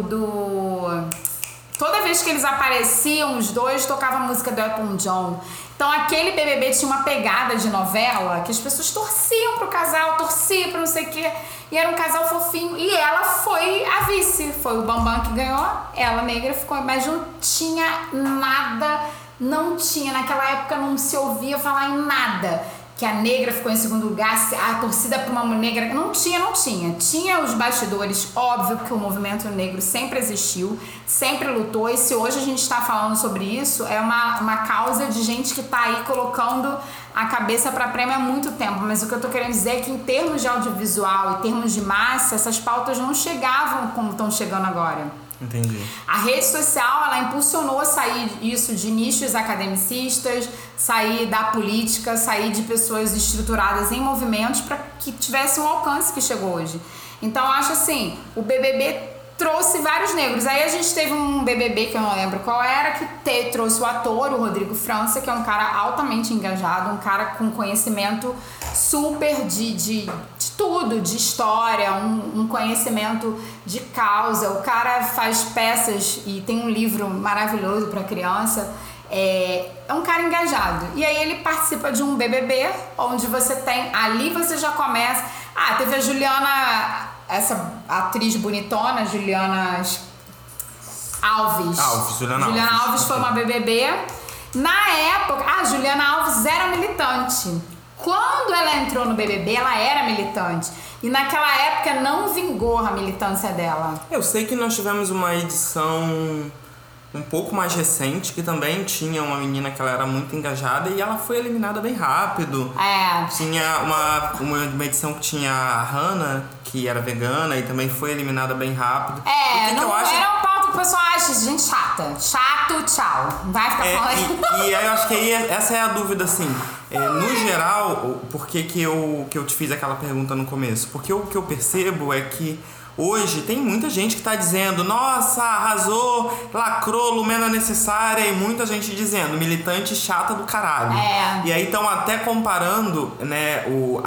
Toda vez que eles apareciam, os dois tocavam a música do Elton John. Então aquele BBB tinha uma pegada de novela que as pessoas torciam pro casal, torciam pro não sei o quê. E era um casal fofinho. E ela foi a vice. Foi o Bambam que ganhou, ela negra ficou. Mas não tinha nada, naquela época não se ouvia falar em nada. Que a negra ficou em segundo lugar, a torcida por uma negra... Não tinha. Tinha os bastidores, óbvio que o movimento negro sempre existiu, sempre lutou, e se hoje a gente está falando sobre isso, é uma causa de gente que está aí colocando a cabeça para prêmio há muito tempo. Mas o que eu tô querendo dizer é que em termos de audiovisual, em termos de massa, essas pautas não chegavam como estão chegando agora. Entendi. A rede social, ela impulsionou sair isso de nichos academicistas, sair da política, sair de pessoas estruturadas em movimentos para que tivesse um alcance que chegou hoje. Então, eu acho assim, o BBB trouxe vários negros. Aí a gente teve um BBB que eu não lembro qual era, que trouxe o ator, o Rodrigo França, que é um cara altamente engajado, um cara com conhecimento super de tudo, de história, um conhecimento de causa. O cara faz peças e tem um livro maravilhoso para criança. É um cara engajado. E aí ele participa de um BBB, onde você tem... Ali você já começa... teve a Juliana... Essa atriz bonitona, Juliana Alves. Juliana Alves foi uma BBB. Na época... Juliana Alves era militante. Quando ela entrou no BBB, ela era militante. E naquela época não vingou a militância dela. Eu sei que nós tivemos uma edição um pouco mais recente, que também tinha uma menina que ela era muito engajada e ela foi eliminada bem rápido. Tinha uma edição que tinha a Hannah, que era vegana, e também foi eliminada bem rápido. Era um pauta que o pessoal acha gente chata. Chato, tchau. Vai ficar falando. E aí eu acho que aí essa é a dúvida, assim. No geral, por que eu te fiz aquela pergunta no começo? Porque o que eu percebo é que hoje tem muita gente que tá dizendo: nossa, arrasou, lacrou, Lumena necessária, e muita gente dizendo militante chata do caralho. E aí estão até comparando, né,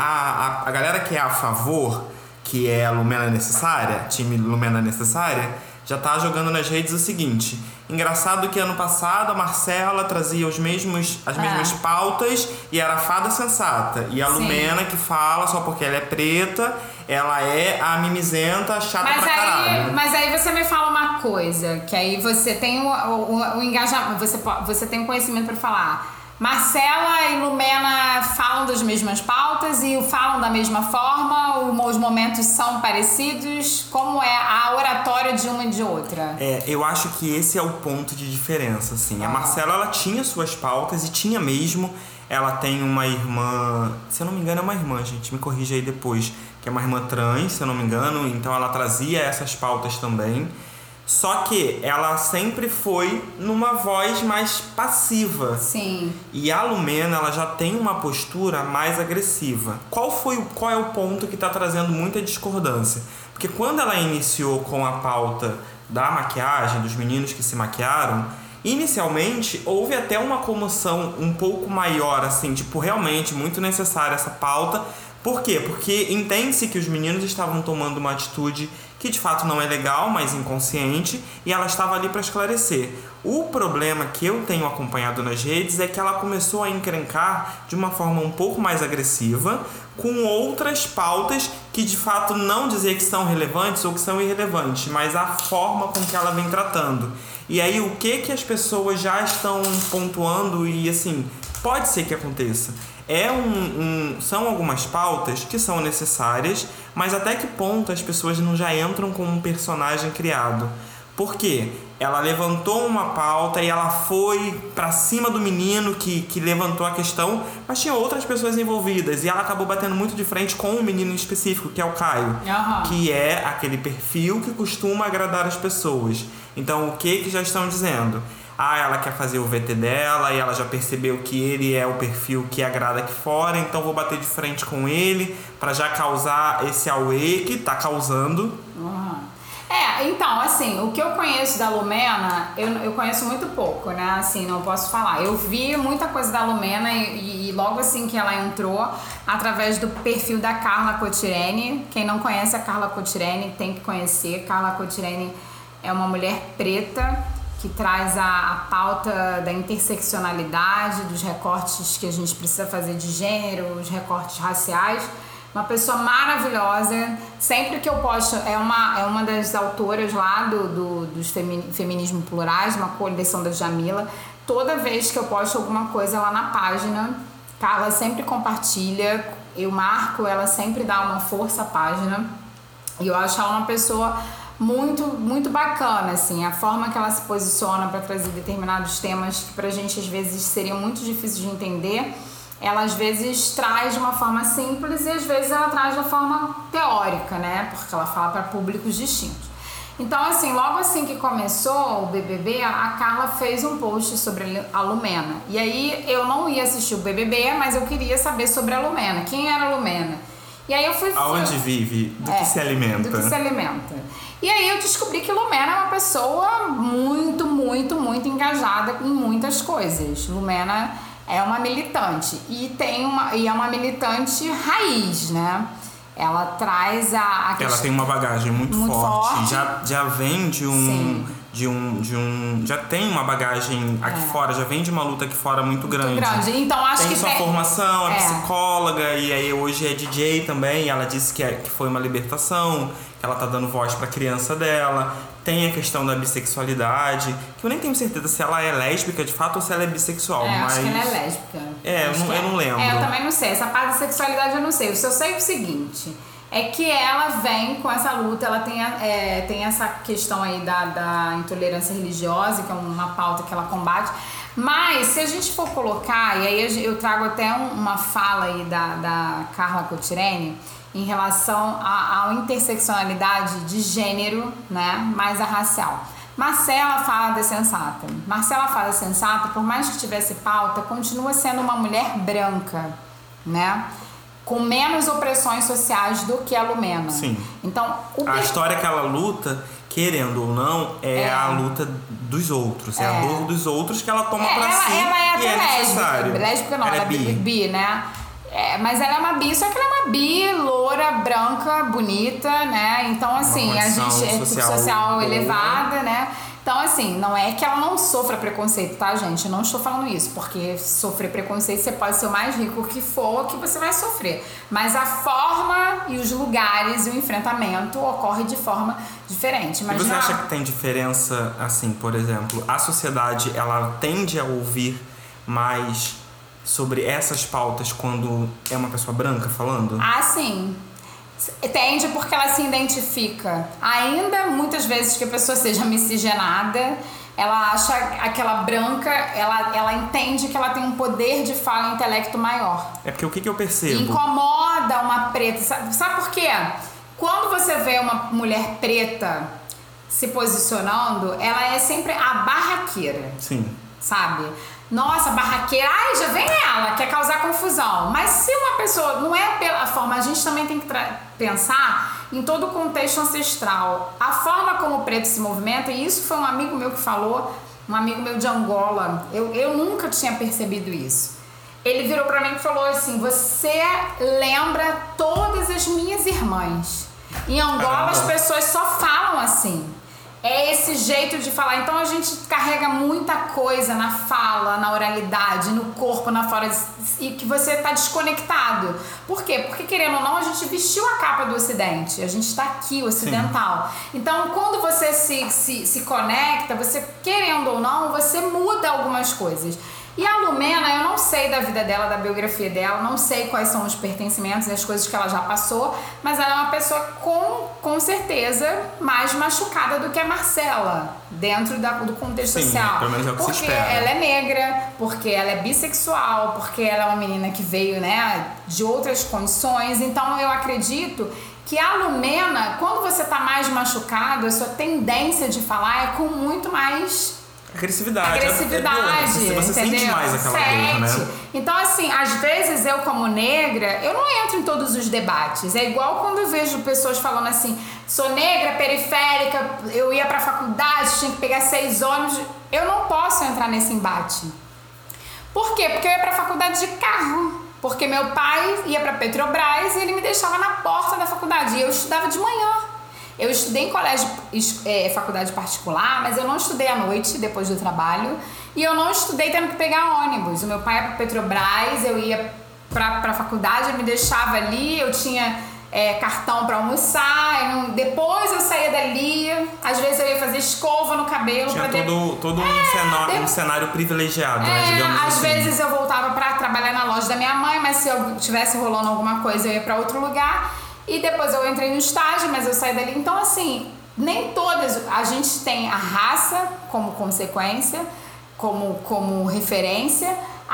a galera que é a favor, que é a Lumena necessária, time Lumena necessária, já tá jogando nas redes o seguinte: engraçado que ano passado a Marcela trazia as mesmas pautas e era a fada sensata. E a Lumena, que fala só porque ela é preta, ela é a mimizenta chata pra caralho. Mas aí você me fala uma coisa, que aí você tem o engajamento, você tem o conhecimento pra falar. Marcela e Lumena falam das mesmas pautas e falam da mesma forma, os momentos são parecidos, como é a oratória de uma e de outra? Eu acho que esse é o ponto de diferença, assim. A Marcela, ela tinha suas pautas e tinha mesmo. Ela tem uma irmã, se eu não me engano é uma irmã, gente, me corrija aí depois, que é uma irmã trans, se eu não me engano, então ela trazia essas pautas também. Só que ela sempre foi numa voz mais passiva. Sim. E a Lumena, ela já tem uma postura mais agressiva. Qual é o ponto que está trazendo muita discordância? Porque quando ela iniciou com a pauta da maquiagem, dos meninos que se maquiaram, inicialmente houve até uma comoção um pouco maior, assim, tipo, realmente muito necessária essa pauta. Por quê? Porque entende-se que os meninos estavam tomando uma atitude que de fato não é legal, mas inconsciente, e ela estava ali para esclarecer. O problema que eu tenho acompanhado nas redes é que ela começou a encrencar de uma forma um pouco mais agressiva, com outras pautas que de fato não dizer que são relevantes ou que são irrelevantes, mas a forma com que ela vem tratando. E aí o que as pessoas já estão pontuando e assim, pode ser que aconteça. São algumas pautas que são necessárias, mas até que ponto as pessoas não já entram com um personagem criado? Por quê? Ela levantou uma pauta e ela foi pra cima do menino que levantou a questão, mas tinha outras pessoas envolvidas e ela acabou batendo muito de frente com um menino específico, que é o Caio, que é aquele perfil que costuma agradar as pessoas. Então o que já estão dizendo? Ela quer fazer o VT dela e ela já percebeu que ele é o perfil que agrada aqui fora, então vou bater de frente com ele pra já causar esse auê que tá causando. Então, assim, o que eu conheço da Lumena, eu conheço muito pouco, né? Assim, não posso falar. Eu vi muita coisa da Lumena e logo assim que ela entrou, através do perfil da Carla Cotirene. Quem não conhece a Carla Cotirene tem que conhecer. Carla Cotirene é uma mulher preta que traz a pauta da interseccionalidade, dos recortes que a gente precisa fazer de gênero, os recortes raciais. Uma pessoa maravilhosa. Sempre que eu posto, é uma das autoras lá dos Feminismo Plurais, uma coleção da Jamila. Toda vez que eu posto alguma coisa lá na página, Carla sempre compartilha, eu marco, ela sempre dá uma força à página. E eu acho ela uma pessoa muito, muito bacana, assim, a forma que ela se posiciona para trazer determinados temas que pra gente às vezes seriam muito difíceis de entender. Ela às vezes traz de uma forma simples e às vezes ela traz de uma forma teórica, né? Porque ela fala para públicos distintos. Então, assim, logo assim que começou o BBB, a Carla fez um post sobre a Lumena. E aí eu não ia assistir o BBB, mas eu queria saber sobre a Lumena. Quem era a Lumena? E aí eu fui... Aonde vive? Do que se alimenta? Do que se alimenta. E aí eu descobri que Lumena é uma pessoa muito, muito, muito engajada em muitas coisas. Lumena é uma militante e é uma militante raiz, né? Ela traz ela tem uma bagagem muito forte. Já vem já tem uma bagagem aqui fora, já vem de uma luta aqui fora muito grande. Então acho tem que sua formação, é psicóloga e aí hoje é DJ também. Ela disse que foi uma libertação, que ela tá dando voz pra criança dela. Tem a questão da bissexualidade, que eu nem tenho certeza se ela é lésbica de fato ou se ela é bissexual. Mas... acho que ela é lésbica. Eu não lembro. Eu também não sei. Essa parte da sexualidade eu não sei. Eu só sei o seguinte, é que ela vem com essa luta, ela tem essa questão aí da intolerância religiosa, que é uma pauta que ela combate. Mas se a gente for colocar, e aí eu trago até uma fala aí da Carla Cotirene, em relação à interseccionalidade de gênero, né, mais a racial. Marcela Fada Sensata. Marcela Fada Sensata, por mais que tivesse pauta, continua sendo uma mulher branca, né, com menos opressões sociais do que a Lumena. Sim. Então, a história que ela luta, querendo ou não, é a luta dos outros. É a dor dos outros que ela toma pra si. Ela é até necessário. Lésbica não, ela é bi, né? Mas ela é uma bi, só que ela é uma bi, loura, branca, bonita, né? Então, assim, a gente é social elevada, né? Então, assim, não é que ela não sofra preconceito, tá, gente? Eu não estou falando isso, porque sofrer preconceito você pode ser o mais rico que for, que você vai sofrer. Mas a forma e os lugares e o enfrentamento ocorre de forma diferente. Mas e você acha que tem diferença, assim, por exemplo, a sociedade, ela tende a ouvir mais sobre essas pautas quando é uma pessoa branca falando? Ah, sim. Tende porque ela se identifica. Ainda muitas vezes que a pessoa seja miscigenada, ela acha aquela branca, ela entende que ela tem um poder de fala e intelecto maior. É porque o que eu percebo? Incomoda uma preta. Sabe por quê? Quando você vê uma mulher preta se posicionando, ela é sempre a barraqueira. Sim. Sabe? Nossa, barraqueira, ai, já vem ela, quer causar confusão. Mas se uma pessoa, não é pela forma, a gente também tem que pensar em todo o contexto ancestral. A forma como o preto se movimenta, e isso foi um amigo meu que falou, um amigo meu de Angola, eu nunca tinha percebido isso. Ele virou pra mim e falou assim, você lembra todas as minhas irmãs. Em Angola as pessoas só falam assim. É esse jeito de falar. Então a gente carrega muita coisa na fala, na oralidade, no corpo, na fala, e que você tá desconectado. Por quê? Porque, querendo ou não, a gente vestiu a capa do Ocidente. A gente tá aqui, ocidental. Sim. Então, quando você se conecta, você, querendo ou não, você muda algumas coisas. E a Lumena, eu não sei da vida dela, da biografia dela, não sei quais são os pertencimentos e as coisas que ela já passou, mas ela é uma pessoa com certeza mais machucada do que a Marcela, dentro do contexto social. Pelo menos é o que porque se espera. Ela é negra, porque ela é bissexual, porque ela é uma menina que veio, né, de outras condições. Então eu acredito que a Lumena, quando você tá mais machucado, a sua tendência de falar é com muito mais Agressividade. Você entendeu? sente mais aquela dor, né? Então, assim, às vezes eu, como negra, eu não entro em todos os debates. É igual quando eu vejo pessoas falando assim, sou negra, periférica, eu ia pra faculdade, tinha que pegar 6 ônibus. Eu não posso entrar nesse embate. Por quê? Porque eu ia pra faculdade de carro. Porque meu pai ia pra Petrobras e ele me deixava na porta da faculdade. E eu estudava de manhã. Eu estudei em faculdade particular, mas eu não estudei à noite, depois do trabalho. E eu não estudei tendo que pegar ônibus. O meu pai ia pra Petrobras, eu ia pra faculdade, ele me deixava ali, eu tinha cartão pra almoçar. Depois eu saía dali, às vezes eu ia fazer escova no cabelo. Tinha todo um cenário privilegiado, né, digamos às assim. vezes eu voltava pra trabalhar na loja da minha mãe, mas se eu tivesse rolando alguma coisa, eu ia pra outro lugar. E depois eu entrei no estágio, mas eu saí dali. Então, assim, nem todas... A gente tem a raça como consequência, como referência,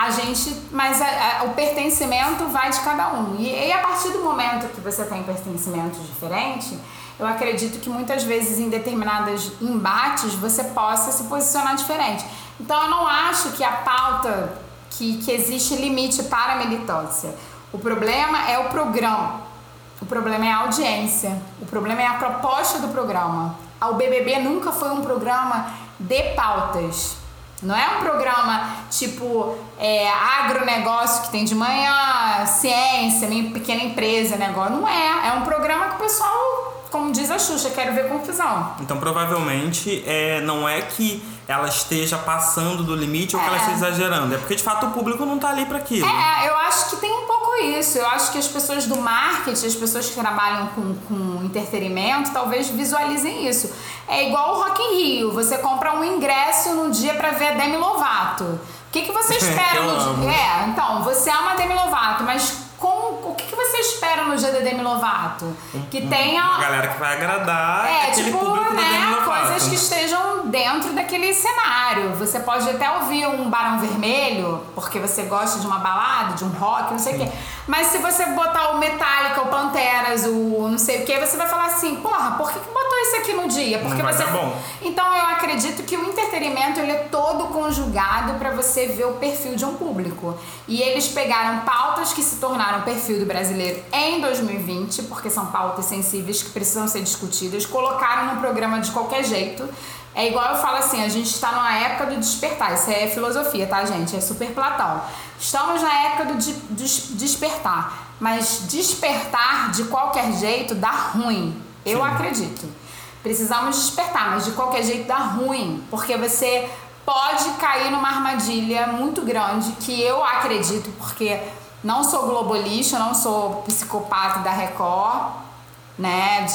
mas o pertencimento vai de cada um. E a partir do momento que você tem pertencimento diferente, eu acredito que muitas vezes em determinados embates você possa se posicionar diferente. Então, eu não acho que a pauta, que existe limite para a militância. O problema é o programa. O problema é a audiência, o problema é a proposta do programa. O BBB nunca foi um programa de pautas. Não é um programa tipo agronegócio que tem de manhã, ciência, minha pequena empresa, negócio. Não é. É um programa que o pessoal, como diz a Xuxa, quero ver confusão. Então, provavelmente, não é que ela esteja passando do limite ou que ela esteja exagerando. É porque, de fato, o público não tá ali para aquilo. Eu acho que tem um pouco isso. Eu acho que as pessoas do marketing, as pessoas que trabalham com entretenimento, talvez visualizem isso. É igual o Rock in Rio. Você compra um ingresso num dia para ver a Demi Lovato. O que você espera no dia? Então, você ama a Demi Lovato, mas o que você espera no dia da Demi Lovato? Que tenha uma galera que vai agradar aquele público da Demi Lovato. Coisas que estejam dentro daquele cenário. Você pode até ouvir um Barão Vermelho, porque você gosta de uma balada, de um rock, não sei o quê. Mas se você botar o Metallica, o Panteras, o não sei o quê, você vai falar assim, porra, por que botou isso aqui no dia? Porque não vai dar bom. Então eu acredito que o entretenimento ele é todo conjugado para você ver o perfil de um público. E eles pegaram pautas que se tornaram o perfil do brasileiro em 2020, porque são pautas sensíveis que precisam ser discutidas, colocaram no programa de qualquer jeito. É igual eu falo assim, a gente está numa época do despertar, isso é filosofia, tá, gente? É super Platão. Estamos na época do despertar, mas despertar de qualquer jeito dá ruim, eu acredito. Precisamos despertar, mas de qualquer jeito dá ruim, porque você pode cair numa armadilha muito grande, que eu acredito, porque não sou globalista, não sou psicopata da Record, né?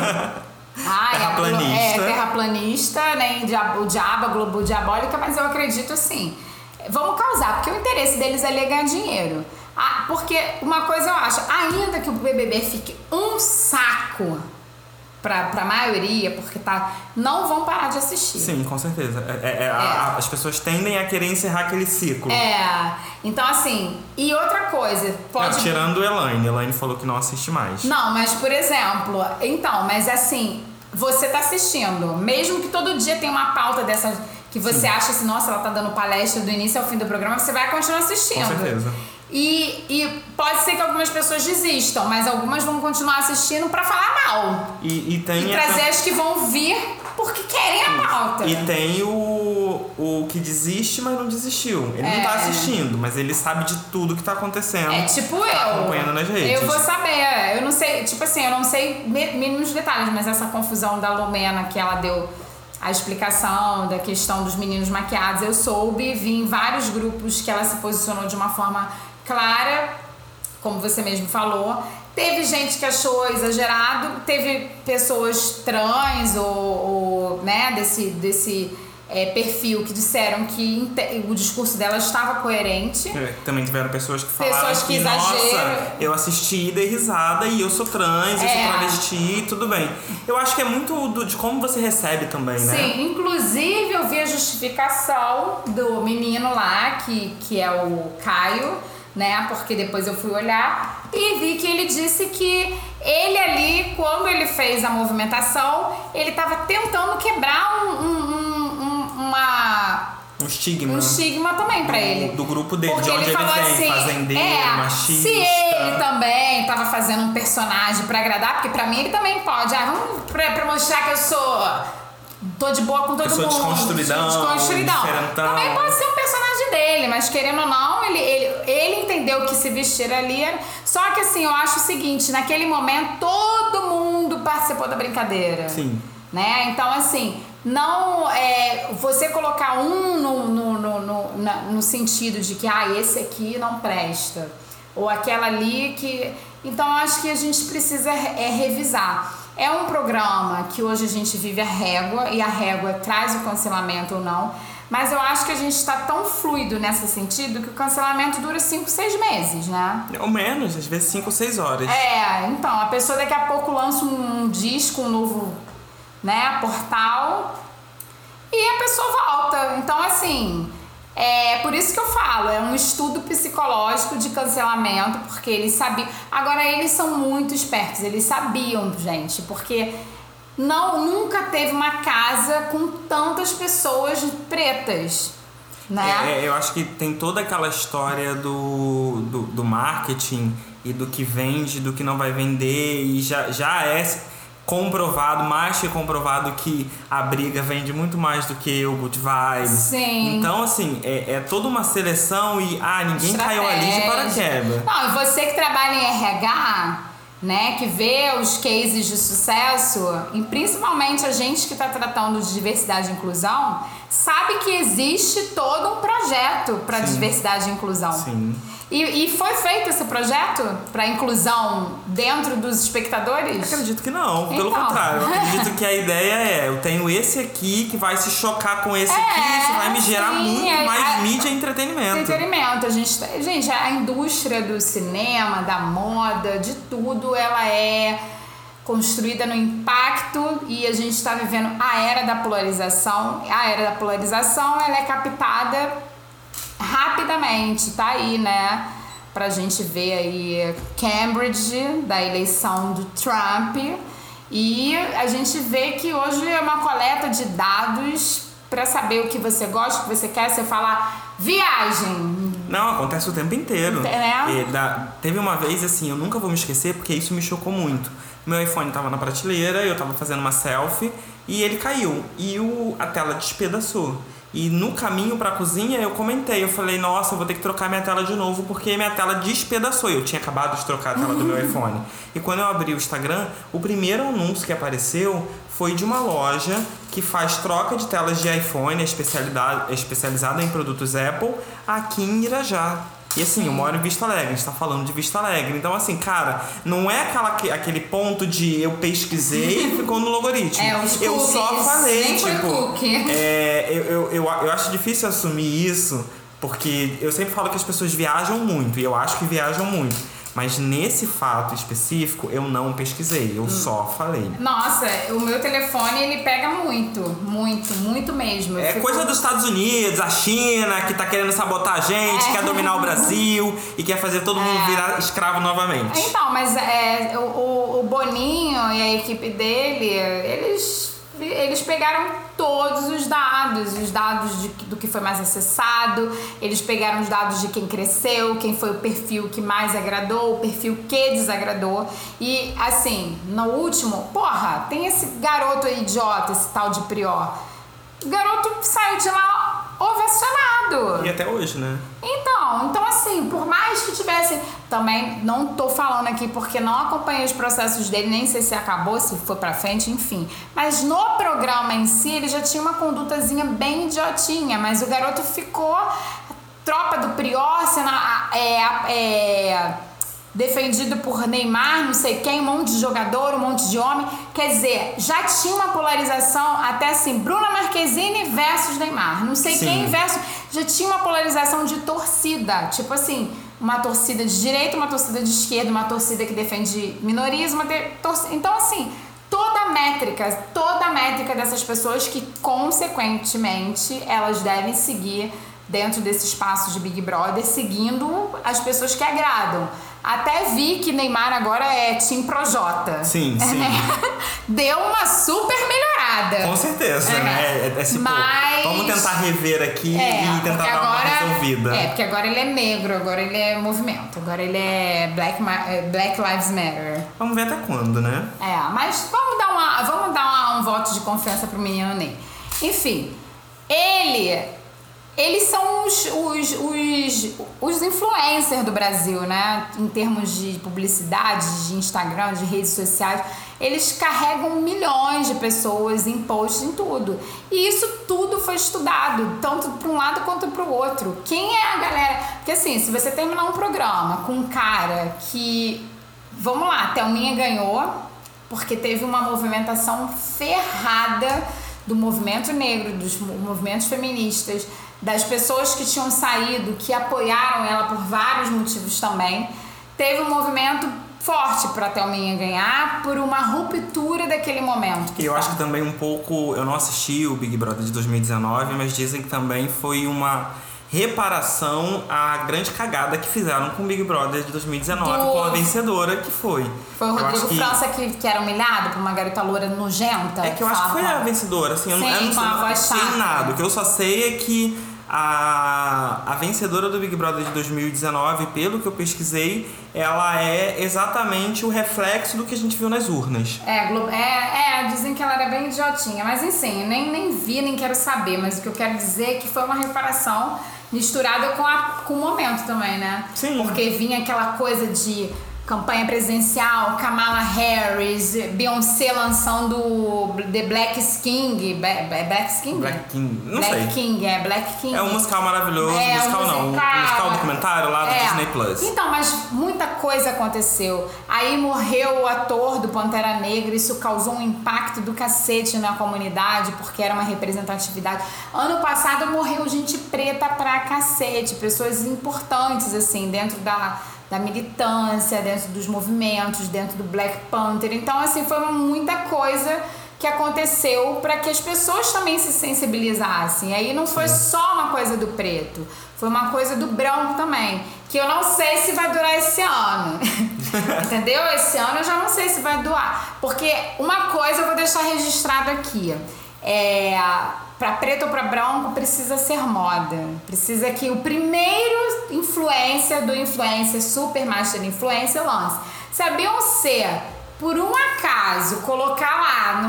Terraplanista, nem o diabo, a Globo diabólica, mas eu acredito assim. Vamos causar, porque o interesse deles é ganhar dinheiro. Porque uma coisa eu acho, ainda que o BBB fique um saco pra maioria, porque não vão parar de assistir. Sim, com certeza. As pessoas tendem a querer encerrar aquele ciclo. Então assim, e outra coisa, tirando Elaine falou que não assiste mais. Não, mas por exemplo, mas assim, você tá assistindo, mesmo que todo dia tem uma pauta dessa que você acha assim, nossa, ela tá dando palestra do início ao fim do programa, você vai continuar assistindo. Com certeza. E pode ser que algumas pessoas desistam, mas algumas vão continuar assistindo pra falar mal. E trazer as que vão vir porque querem a pauta. E tem o que desiste, mas não desistiu. Ele não tá assistindo, mas ele sabe de tudo que tá acontecendo. Tipo tá acompanhando nas redes. Eu vou saber. Eu não sei, tipo assim, eu não sei mínimos detalhes, mas essa confusão da Lumena que ela deu a explicação da questão dos meninos maquiados, eu soube, vi em vários grupos que ela se posicionou de uma forma clara, como você mesmo falou. Teve gente que achou exagerado, teve pessoas trans ou né, desse perfil que disseram que o discurso dela estava coerente. Também tiveram pessoas que falaram que nossa, eu assisti e dei risada e eu sou trans, eu sou travesti, tudo bem. Eu acho que é muito de como você recebe também, né? Sim, inclusive eu vi a justificação do menino lá, que é o Caio, né? Porque depois eu fui olhar e vi que ele disse que ele ali, quando ele fez a movimentação, ele estava tentando quebrar estigma também pra ele. Do grupo dele, porque de onde ele vem, assim, fazendeiro, machista. Se ele também tava fazendo um personagem pra agradar, porque pra mim ele também pode. Vamos pra mostrar que tô de boa com todo mundo. Desconstruidão. Também pode ser um personagem dele, mas querendo ou não, ele entendeu que se vestir ali era... Só que assim, eu acho o seguinte, naquele momento todo mundo participou da brincadeira. Sim. Né? Então assim, não você colocar no sentido de que esse aqui não presta, ou aquela ali que... Então eu acho que a gente precisa revisar. É um programa que hoje a gente vive a régua, e a régua traz o cancelamento ou não, mas eu acho que a gente está tão fluido nesse sentido que o cancelamento dura 5, 6 meses, né? Ou menos, às vezes 5 ou 6 horas. Então, a pessoa daqui a pouco lança um disco, um novo, né, portal, e a pessoa volta. Então, assim... por isso que eu falo, é um estudo psicológico de cancelamento, porque eles sabiam. Agora, eles são muito espertos, eles sabiam, gente, porque nunca teve uma casa com tantas pessoas pretas, né? Eu acho que tem toda aquela história do marketing e do que vende, do que não vai vender, e já é comprovado, mais que comprovado, que a briga vende muito mais do que o Good Vibes. Sim. Então, assim, é toda uma seleção e ninguém caiu ali de paraquedas. Não, e você que trabalha em RH, né, que vê os cases de sucesso, e principalmente a gente que está tratando de diversidade e inclusão, sabe que existe todo um projeto para diversidade e inclusão. Sim. E foi feito esse projeto para inclusão dentro dos espectadores? Acredito que não, pelo contrário. Eu acredito que a ideia eu tenho esse aqui que vai se chocar com esse aqui, isso vai me gerar muito mais mídia e entretenimento. Gente, a indústria do cinema, da moda, de tudo, ela é construída no impacto, e a gente está vivendo a era da polarização. A era da polarização, ela é captada rapidamente, tá aí, né? Pra gente ver aí Cambridge, da eleição do Trump, e a gente vê que hoje é uma coleta de dados pra saber o que você gosta, o que você quer. Você falar viagem. Não, acontece o tempo inteiro. Teve uma vez, assim, eu nunca vou me esquecer, porque isso me chocou muito. Meu iPhone tava na prateleira, eu tava fazendo uma selfie e ele caiu, e a tela despedaçou. E no caminho pra cozinha eu comentei, eu falei, nossa, eu vou ter que trocar minha tela de novo porque minha tela despedaçou. Eu tinha acabado de trocar a tela do meu iPhone. E quando eu abri o Instagram, o primeiro anúncio que apareceu foi de uma loja que faz troca de telas de iPhone, especializada em produtos Apple, aqui em Irajá. E assim, eu moro em Vista Alegre, a gente tá falando de Vista Alegre. Então, assim, cara, não é aquele ponto de eu pesquisei e ficou no logaritmo. Eu só falei, eu acho difícil assumir isso, porque eu sempre falo que as pessoas viajam muito, e eu acho que viajam muito. Mas nesse fato específico, eu não pesquisei, eu só falei. Nossa, o meu telefone, ele pega muito, muito, muito mesmo. Coisa dos Estados Unidos, a China, que tá querendo sabotar a gente, quer dominar o Brasil e quer fazer todo mundo virar escravo novamente. Então, mas o Boninho e a equipe dele, eles pegaram todos os dados do que foi mais acessado, eles pegaram os dados de quem cresceu, quem foi o perfil que mais agradou, o perfil que desagradou. E assim, no último, tem esse garoto aí idiota, esse tal de Prior. O garoto saiu de lá ovacionado. E até hoje, né? Então assim, por mais que tivesse... Também não tô falando aqui porque não acompanhei os processos dele, nem sei se acabou, se foi pra frente, enfim. Mas no programa em si, ele já tinha uma condutazinha bem idiotinha, mas o garoto ficou... Tropa do Prior sendo defendido por Neymar, não sei quem, um monte de jogador, um monte de homem. Quer dizer, já tinha uma polarização até assim, Bruna Marquezine versus Neymar, não sei quem versus... Já tinha uma polarização de torcida, tipo assim, uma torcida de direita, uma torcida de esquerda, uma torcida que defende minorias, então assim, toda a métrica dessas pessoas que consequentemente elas devem seguir dentro desse espaço de Big Brother, seguindo as pessoas que agradam. Até vi que Neymar agora é Team Projota. Sim. Deu uma super melhorada. Com certeza, né? Mas... vamos tentar rever aqui e tentar dar uma resolvida. Porque agora ele é negro, agora ele é movimento, agora ele é Black Lives Matter. Vamos ver até quando, né? Mas vamos dar um voto de confiança pro menino Ney. Enfim, eles são os influencers do Brasil, né? Em termos de publicidade, de Instagram, de redes sociais. Eles carregam milhões de pessoas em posts, em tudo. E isso tudo foi estudado, tanto para um lado quanto para o outro. Quem é a galera... Porque assim, se você terminar um programa com um cara que... Vamos lá, Thelminha ganhou, porque teve uma movimentação ferrada do movimento negro, dos movimentos feministas, das pessoas que tinham saído, que apoiaram ela por vários motivos também. Teve um movimento forte para a Thelminha ganhar por uma ruptura daquele momento. E eu acho que também um pouco... Eu não assisti o Big Brother de 2019, mas dizem que também foi uma reparação à grande cagada que fizeram com o Big Brother de 2019, com a vencedora que foi. Foi o Rodrigo França que era humilhado por uma garota loura nojenta. É que eu acho que foi a vencedora, assim, eu não sei nada. O que eu só sei é que a vencedora do Big Brother de 2019, pelo que eu pesquisei, ela é exatamente o reflexo do que a gente viu nas urnas. Dizem que ela era bem idiotinha, mas enfim, nem vi, nem quero saber, mas o que eu quero dizer é que foi uma reparação misturada com o momento também, né? Sim. Porque vinha aquela coisa de campanha presidencial, Kamala Harris, Beyoncé lançando The Black King. Black King? Black King, não Black sei. King, Black King. É um musical maravilhoso, um musical documentário lá do Disney Plus. Então, mas muita coisa aconteceu. Aí morreu o ator do Pantera Negra, isso causou um impacto do cacete na comunidade, porque era uma representatividade. Ano passado morreu gente preta pra cacete, pessoas importantes, assim, dentro da militância, dentro dos movimentos, dentro do Black Panther. Então, assim, foi muita coisa que aconteceu para que as pessoas também se sensibilizassem. Aí não foi só uma coisa do preto, foi uma coisa do branco também, que eu não sei se vai durar esse ano. Entendeu? Esse ano eu já não sei se vai durar. Porque uma coisa eu vou deixar registrado aqui. Para preto ou para branco precisa ser moda. Precisa que o primeiro influencer do influencer, super master influencer, lance. Se a Beyoncé, por um acaso, colocar lá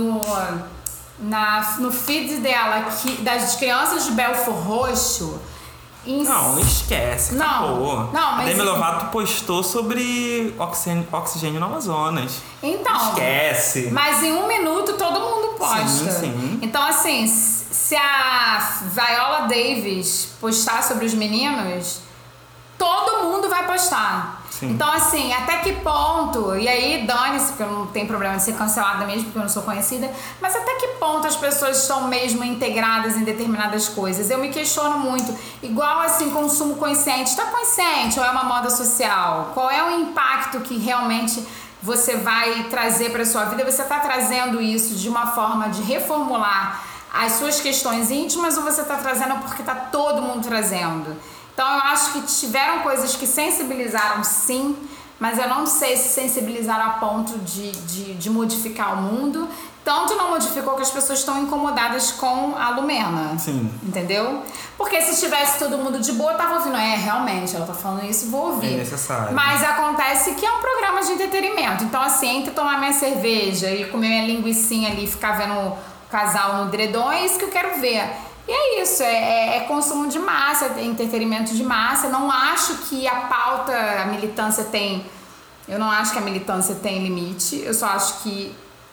no feed dela das crianças de Belfort Roxo... Não, esquece, acabou. Não, mas... Demi Lovato postou sobre oxigênio no Amazonas. Então... Esquece. Mas em 1 minuto todo mundo posta. Sim. Então, assim, se a Viola Davis postar sobre os meninos, todo mundo vai postar. Sim. Então, assim, até que ponto... E aí, dane-se, porque eu não tenho problema de ser cancelada mesmo, porque eu não sou conhecida. Mas até que ponto as pessoas estão mesmo integradas em determinadas coisas? Eu me questiono muito. Igual, assim, consumo consciente. Está consciente ou é uma moda social? Qual é o impacto que realmente você vai trazer para a sua vida? Você está trazendo isso de uma forma de reformular as suas questões íntimas ou você está trazendo porque está todo mundo trazendo? Então, eu acho que tiveram coisas que sensibilizaram, sim, mas eu não sei se sensibilizaram a ponto de modificar o mundo. Tanto não modificou que as pessoas estão incomodadas com a Lumena. Sim. Entendeu? Porque se tivesse todo mundo de boa, tava ouvindo. Realmente, ela tá falando isso, vou ouvir. É necessário. Mas acontece que é um programa de entretenimento. Então, assim, entre tomar minha cerveja e comer minha linguicinha ali e ficar vendo o casal no edredom, é isso que eu quero ver. E é isso, é consumo de massa, é entretenimento de massa. Não acho que a pauta, a militância tem... Eu não acho que a militância tem limite. Eu só acho que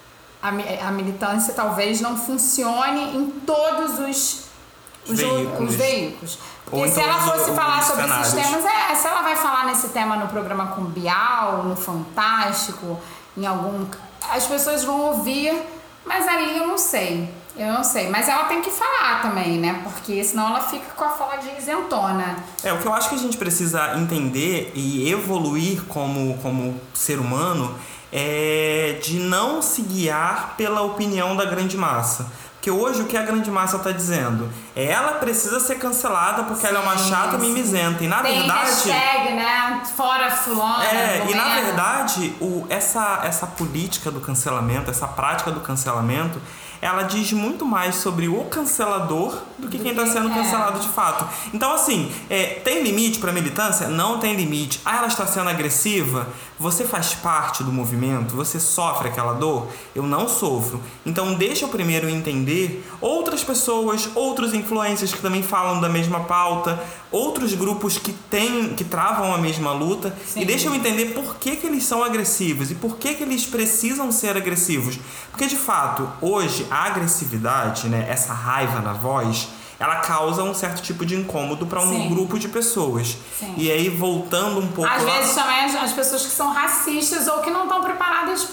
a militância talvez não funcione em todos os veículos. Porque se ela fosse falar sobre esses temas... se ela vai falar nesse tema no programa com Bial, no Fantástico, em algum... As pessoas vão ouvir, mas ali eu não sei, mas ela tem que falar também, né? Porque senão ela fica com a fala de isentona. O que eu acho que a gente precisa entender e evoluir como ser humano é de não se guiar pela opinião da grande massa. Porque hoje o que a grande massa tá dizendo? Ela precisa ser cancelada porque ela é uma chata mimizenta. E na verdade... hashtag, né? Fora fulana. E na verdade, essa política do cancelamento, essa prática do cancelamento, ela diz muito mais sobre o cancelador do que quem está sendo cancelado de fato. Então, assim, tem limite para militância? Não tem limite. Ela está sendo agressiva? Você faz parte do movimento? Você sofre aquela dor? Eu não sofro. Então, deixa eu primeiro entender outras pessoas, outros influencers que também falam da mesma pauta, outros grupos que travam a mesma luta. Sim. E deixa eu entender por que eles são agressivos e por que eles precisam ser agressivos. Porque, de fato, hoje, a agressividade, né, essa raiva na voz, ela causa um certo tipo de incômodo para um grupo de pessoas. Sim. E aí, voltando um pouco... Às vezes também as pessoas que são racistas ou que não estão preparadas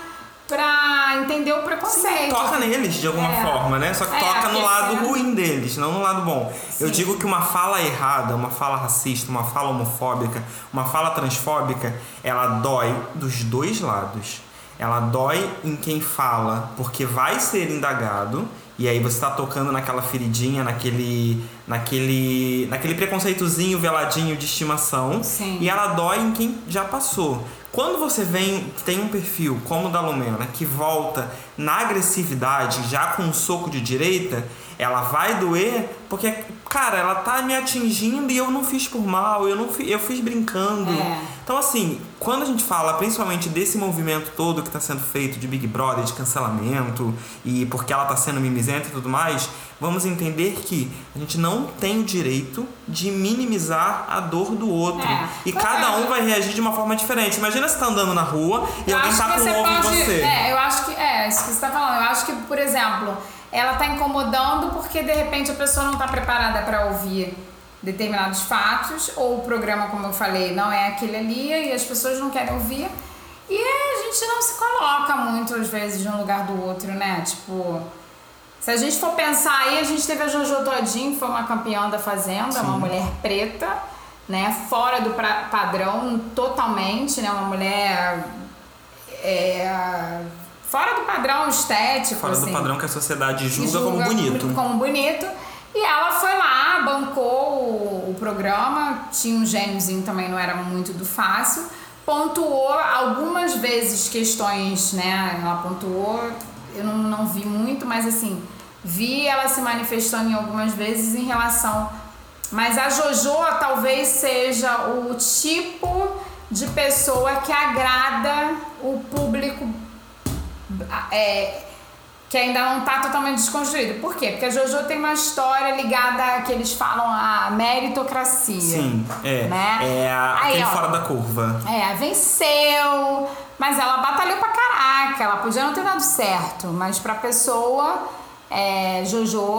pra entender o preconceito. Sim, toca neles de alguma forma, né? Só que toca no lado ruim deles, não no lado bom. Sim. Eu digo que uma fala errada, uma fala racista, uma fala homofóbica, uma fala transfóbica, ela dói dos dois lados. Ela dói em quem fala porque vai ser indagado, e aí você tá tocando naquela feridinha, naquele preconceitozinho veladinho de estimação. Sim. E ela dói em quem já passou. Quando você tem um perfil como o da Lumena, que volta na agressividade, já com um soco de direita, ela vai doer porque, cara, ela tá me atingindo e eu não fiz por mal, eu fiz brincando. Então, assim, quando a gente fala principalmente desse movimento todo que tá sendo feito de Big Brother, de cancelamento, e porque ela tá sendo mimizenta e tudo mais, vamos entender que a gente não tem o direito de minimizar a dor do outro. E cada um vai reagir de uma forma diferente. Imagina você tá andando na rua e alguém tá com um ovo em você. Eu acho que isso que você tá falando. Eu acho que, por exemplo, ela tá incomodando porque de repente a pessoa não tá preparada para ouvir determinados fatos, ou o programa, como eu falei, não é aquele ali e as pessoas não querem ouvir. E a gente não se coloca muito, às vezes, de um lugar do outro, né? Tipo, se a gente for pensar aí, a gente teve a Jojo Todinho, que foi uma campeã da Fazenda, uma mulher preta, né? Fora do padrão totalmente, né? Uma mulher fora do padrão estético. Fora do padrão que a sociedade julga como bonito. Como bonito. E ela foi lá, bancou o programa, tinha um gêniozinho também, não era muito do fácil, pontuou algumas vezes questões, né? Ela pontuou, eu não vi muito, mas assim, vi ela se manifestando em algumas vezes em relação... Mas a Jojo talvez seja o tipo de pessoa que agrada o público... que ainda não está totalmente desconstruído. Por quê? Porque a Jojo tem uma história ligada que eles falam a meritocracia. Sim, né? Aquele fora da curva. Venceu, mas ela batalhou pra caraca, ela podia não ter dado certo, mas pra pessoa, Jojo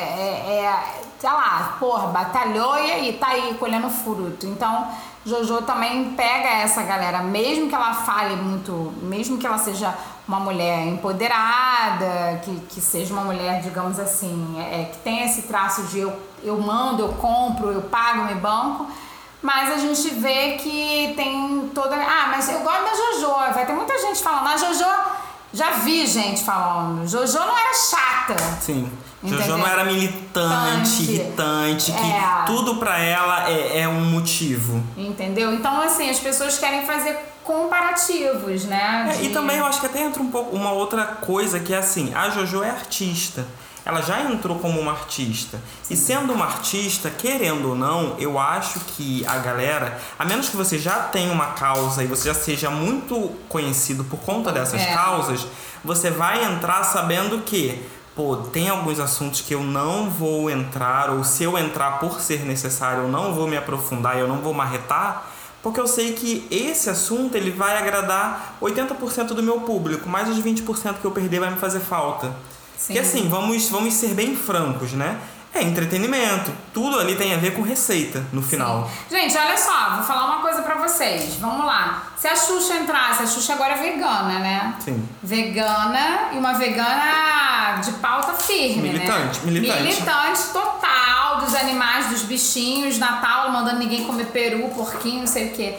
sei lá, batalhou e aí, tá aí colhendo fruto. Então, Jojo também pega essa galera, mesmo que ela fale muito, mesmo que ela seja uma mulher empoderada, que seja uma mulher, digamos assim, que tem esse traço de eu mando, eu compro, eu pago, me banco, mas a gente vê que tem toda... mas eu gosto da Jojo, vai ter muita gente falando, a Jojo, já vi gente falando, Jojo não era chata. Sim. Entendeu? Jojo não era militante, irritante, que tudo pra ela é um motivo. Entendeu? Então, assim, as pessoas querem fazer comparativos, né? E também eu acho que até entra um pouco uma outra coisa que é assim, a Jojo é artista. Ela já entrou como uma artista. E sendo uma artista, querendo ou não, eu acho que a galera, a menos que você já tenha uma causa e você já seja muito conhecido por conta dessas causas, você vai entrar sabendo que tem alguns assuntos que eu não vou entrar, ou se eu entrar por ser necessário, eu não vou me aprofundar, eu não vou marretar, porque eu sei que esse assunto ele vai agradar 80% do meu público, mais os 20% que eu perder vai me fazer falta. Sim. E assim, vamos ser bem francos, né? É entretenimento, tudo ali tem a ver com receita no final. Sim. Gente, olha só, vou falar uma coisa pra vocês. Vamos lá. Se a Xuxa entrasse, a Xuxa agora é vegana, né? Sim. Vegana, e uma vegana de pauta firme, militante, né? Militante total dos animais, dos bichinhos, Natal, mandando ninguém comer peru, porquinho, não sei o quê.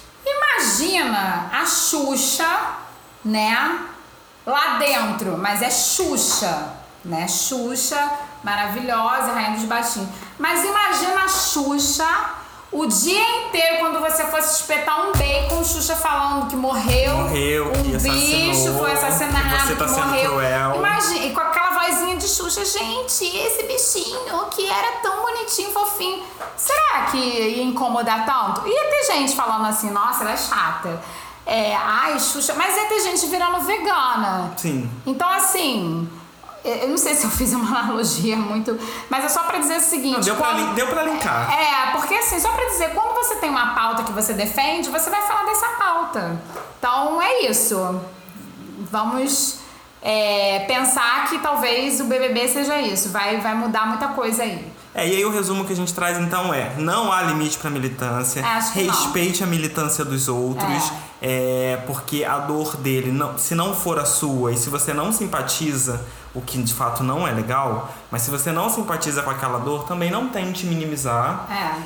Imagina a Xuxa, né? Lá dentro, mas é Xuxa. né? Xuxa, maravilhosa, rainha dos baixinhos. Mas imagina a Xuxa o dia inteiro, quando você fosse espetar um bacon, Xuxa falando que morreu um bicho foi assassinado, que você tá sendo morreu. cruel. Imagina, e com aquela vozinha de Xuxa, gente, esse bichinho que era tão bonitinho, fofinho, será que ia incomodar tanto? Ia ter gente falando assim, nossa, ela é chata. Ai, Xuxa, mas ia ter gente virando vegana. Sim. Então, assim, eu não sei se eu fiz uma analogia muito, mas é só pra dizer o seguinte... Não, deu pra linkar. Porque assim, só pra dizer, quando você tem uma pauta que você defende, você vai falar dessa pauta. Então, é isso. Vamos pensar que talvez o BBB seja isso. Vai mudar muita coisa aí. E aí o resumo que a gente traz então não há limite pra militância, respeite a militância dos outros, porque a dor dele, se não for a sua e se você não simpatiza, o que de fato não é legal, mas se você não simpatiza com aquela dor, também não tente minimizar.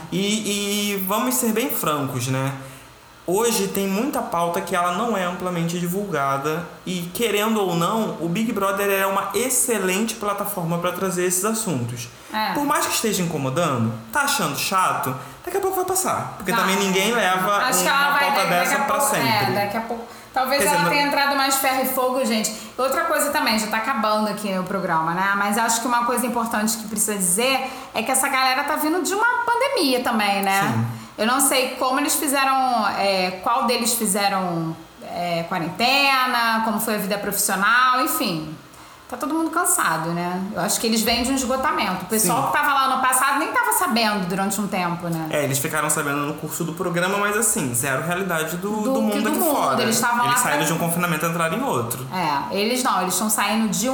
E vamos ser bem francos, né? Hoje tem muita pauta que ela não é amplamente divulgada e, querendo ou não, o Big Brother é uma excelente plataforma para trazer esses assuntos. Por mais que esteja incomodando, tá achando chato, daqui a pouco vai passar. Porque também ninguém leva uma pauta dessa para sempre. Daqui a pouco. Talvez ela tenha entrado mais ferro e fogo, gente. Outra coisa também, já tá acabando aqui o programa, né? Mas acho que uma coisa importante que precisa dizer é que essa galera tá vindo de uma pandemia também, né? Sim. Eu não sei como eles fizeram, qual deles fizeram quarentena, como foi a vida profissional, enfim. Tá todo mundo cansado, né? Eu acho que eles vêm de um esgotamento. O pessoal que tava lá no passado nem tava sabendo durante um tempo, né? Eles ficaram sabendo no curso do programa, mas assim, zero realidade do mundo aqui fora. Eles saíram de um confinamento e entraram em outro. Eles estão saindo de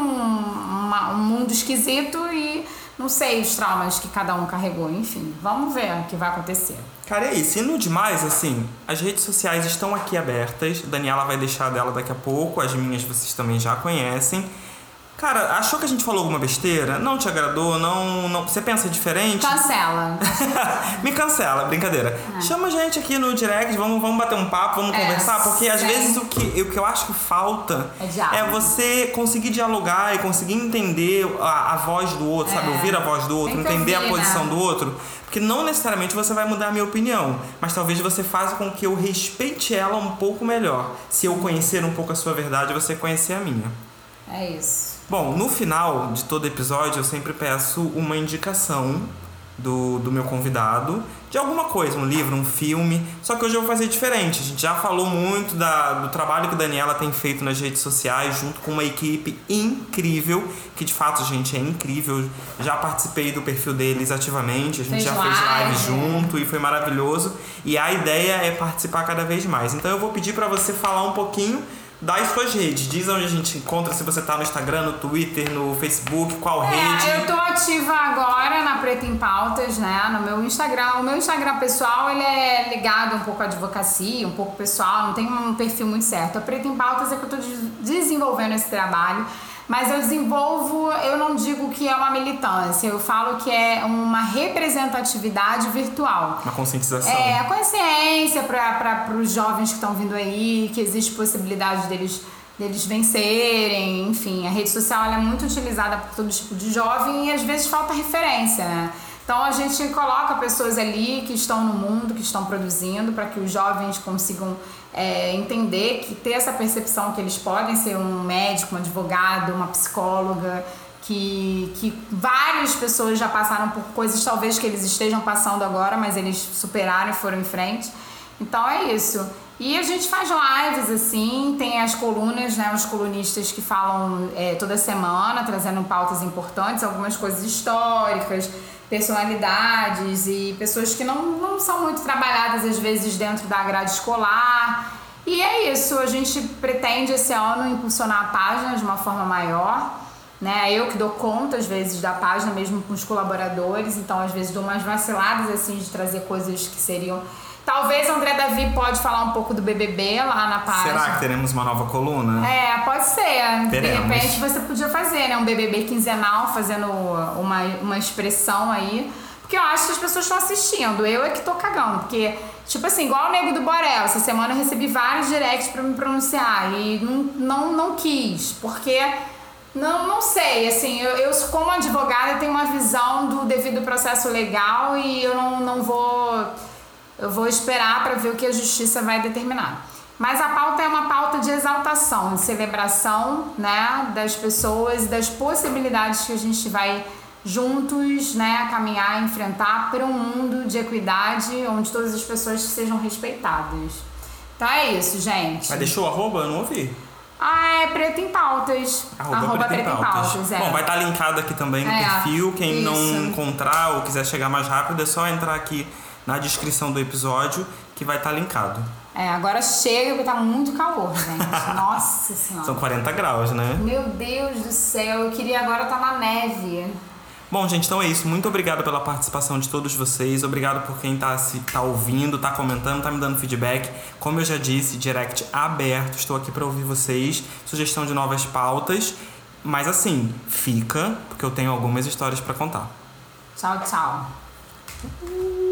um mundo esquisito e não sei os traumas que cada um carregou. Enfim, vamos ver o que vai acontecer. Cara, é isso. E no demais, assim, as redes sociais estão aqui abertas. Daniela vai deixar dela daqui a pouco. As minhas vocês também já conhecem. Cara, achou que a gente falou alguma besteira? Não te agradou? Não, você pensa diferente? Cancela. Me cancela, brincadeira. Chama a gente aqui no direct, vamos bater um papo, vamos conversar, porque às vezes o que eu acho que falta é você conseguir dialogar e conseguir entender a voz do outro, sabe? Ouvir a voz do outro, entender a posição do outro. Porque não necessariamente você vai mudar a minha opinião, mas talvez você faça com que eu respeite ela um pouco melhor. Se eu conhecer um pouco a sua verdade, você conhecer a minha. É isso. Bom, no final de todo episódio eu sempre peço uma indicação do meu convidado de alguma coisa, um livro, um filme, só que hoje eu vou fazer diferente. A gente já falou muito do trabalho que a Daniela tem feito nas redes sociais junto com uma equipe incrível, que de fato, gente, é incrível. Já participei do perfil deles ativamente, a gente já fez live junto e foi maravilhoso, e a ideia é participar cada vez mais. Então eu vou pedir para você falar um pouquinho das suas redes. Diz onde a gente encontra, se você tá no Instagram, no Twitter, no Facebook, qual rede. Eu tô ativa agora na Preto em Pautas, né? No meu Instagram. O meu Instagram pessoal, ele é ligado um pouco à advocacia, um pouco pessoal, não tem um perfil muito certo. A Preto em Pautas é que eu tô desenvolvendo esse trabalho. Mas eu não digo que é uma militância, eu falo que é uma representatividade virtual. Uma conscientização. A consciência para os jovens que estão vindo aí, que existe possibilidade deles vencerem, enfim. A rede social ela é muito utilizada por todo tipo de jovem e às vezes falta referência, né? Então a gente coloca pessoas ali que estão no mundo, que estão produzindo, para que os jovens consigam entender, que ter essa percepção que eles podem ser um médico, um advogado, uma psicóloga, que várias pessoas já passaram por coisas talvez que eles estejam passando agora, mas eles superaram e foram em frente. Então é isso. E a gente faz lives assim, tem as colunas, né, os colunistas que falam toda semana, trazendo pautas importantes, algumas coisas históricas, personalidades e pessoas que não são muito trabalhadas às vezes dentro da grade escolar. E é isso, a gente pretende esse ano impulsionar a página de uma forma maior, né? Eu que dou conta às vezes da página mesmo com os colaboradores, então às vezes dou umas vaciladas assim de trazer coisas que seriam... Talvez André Davi pode falar um pouco do BBB lá na página. Será que teremos uma nova coluna? Pode ser. Teremos. De repente você podia fazer, né? Um BBB quinzenal, fazendo uma expressão aí. Porque eu acho que as pessoas estão assistindo. Eu é que tô cagando. Porque, tipo assim, igual o Nego do Borel. Essa semana eu recebi vários directs pra me pronunciar. E não quis. Porque Não sei, assim, eu como advogada tenho uma visão do devido processo legal e eu não vou... Eu vou esperar para ver o que a justiça vai determinar. Mas a pauta é uma pauta de exaltação, de celebração, né, das pessoas, das possibilidades que a gente vai juntos, né, caminhar, enfrentar para um mundo de equidade onde todas as pessoas sejam respeitadas. Então é isso, gente. Mas deixou o arroba? Eu não ouvi. É Preto em Pautas. Arroba Preto em Pautas. É. Bom, vai estar linkado aqui também no perfil. Quem não encontrar ou quiser chegar mais rápido, é só entrar aqui na descrição do episódio que vai estar linkado. Agora chega porque tá muito calor, gente. Nossa Senhora. São 40 graus, né? Meu Deus do céu, eu queria agora estar na neve. Bom, gente, então é isso. Muito obrigado pela participação de todos vocês. Obrigado por quem tá ouvindo, tá comentando, tá me dando feedback. Como eu já disse, direct aberto. Estou aqui para ouvir vocês. Sugestão de novas pautas. Mas assim, fica, porque eu tenho algumas histórias para contar. Tchau, tchau.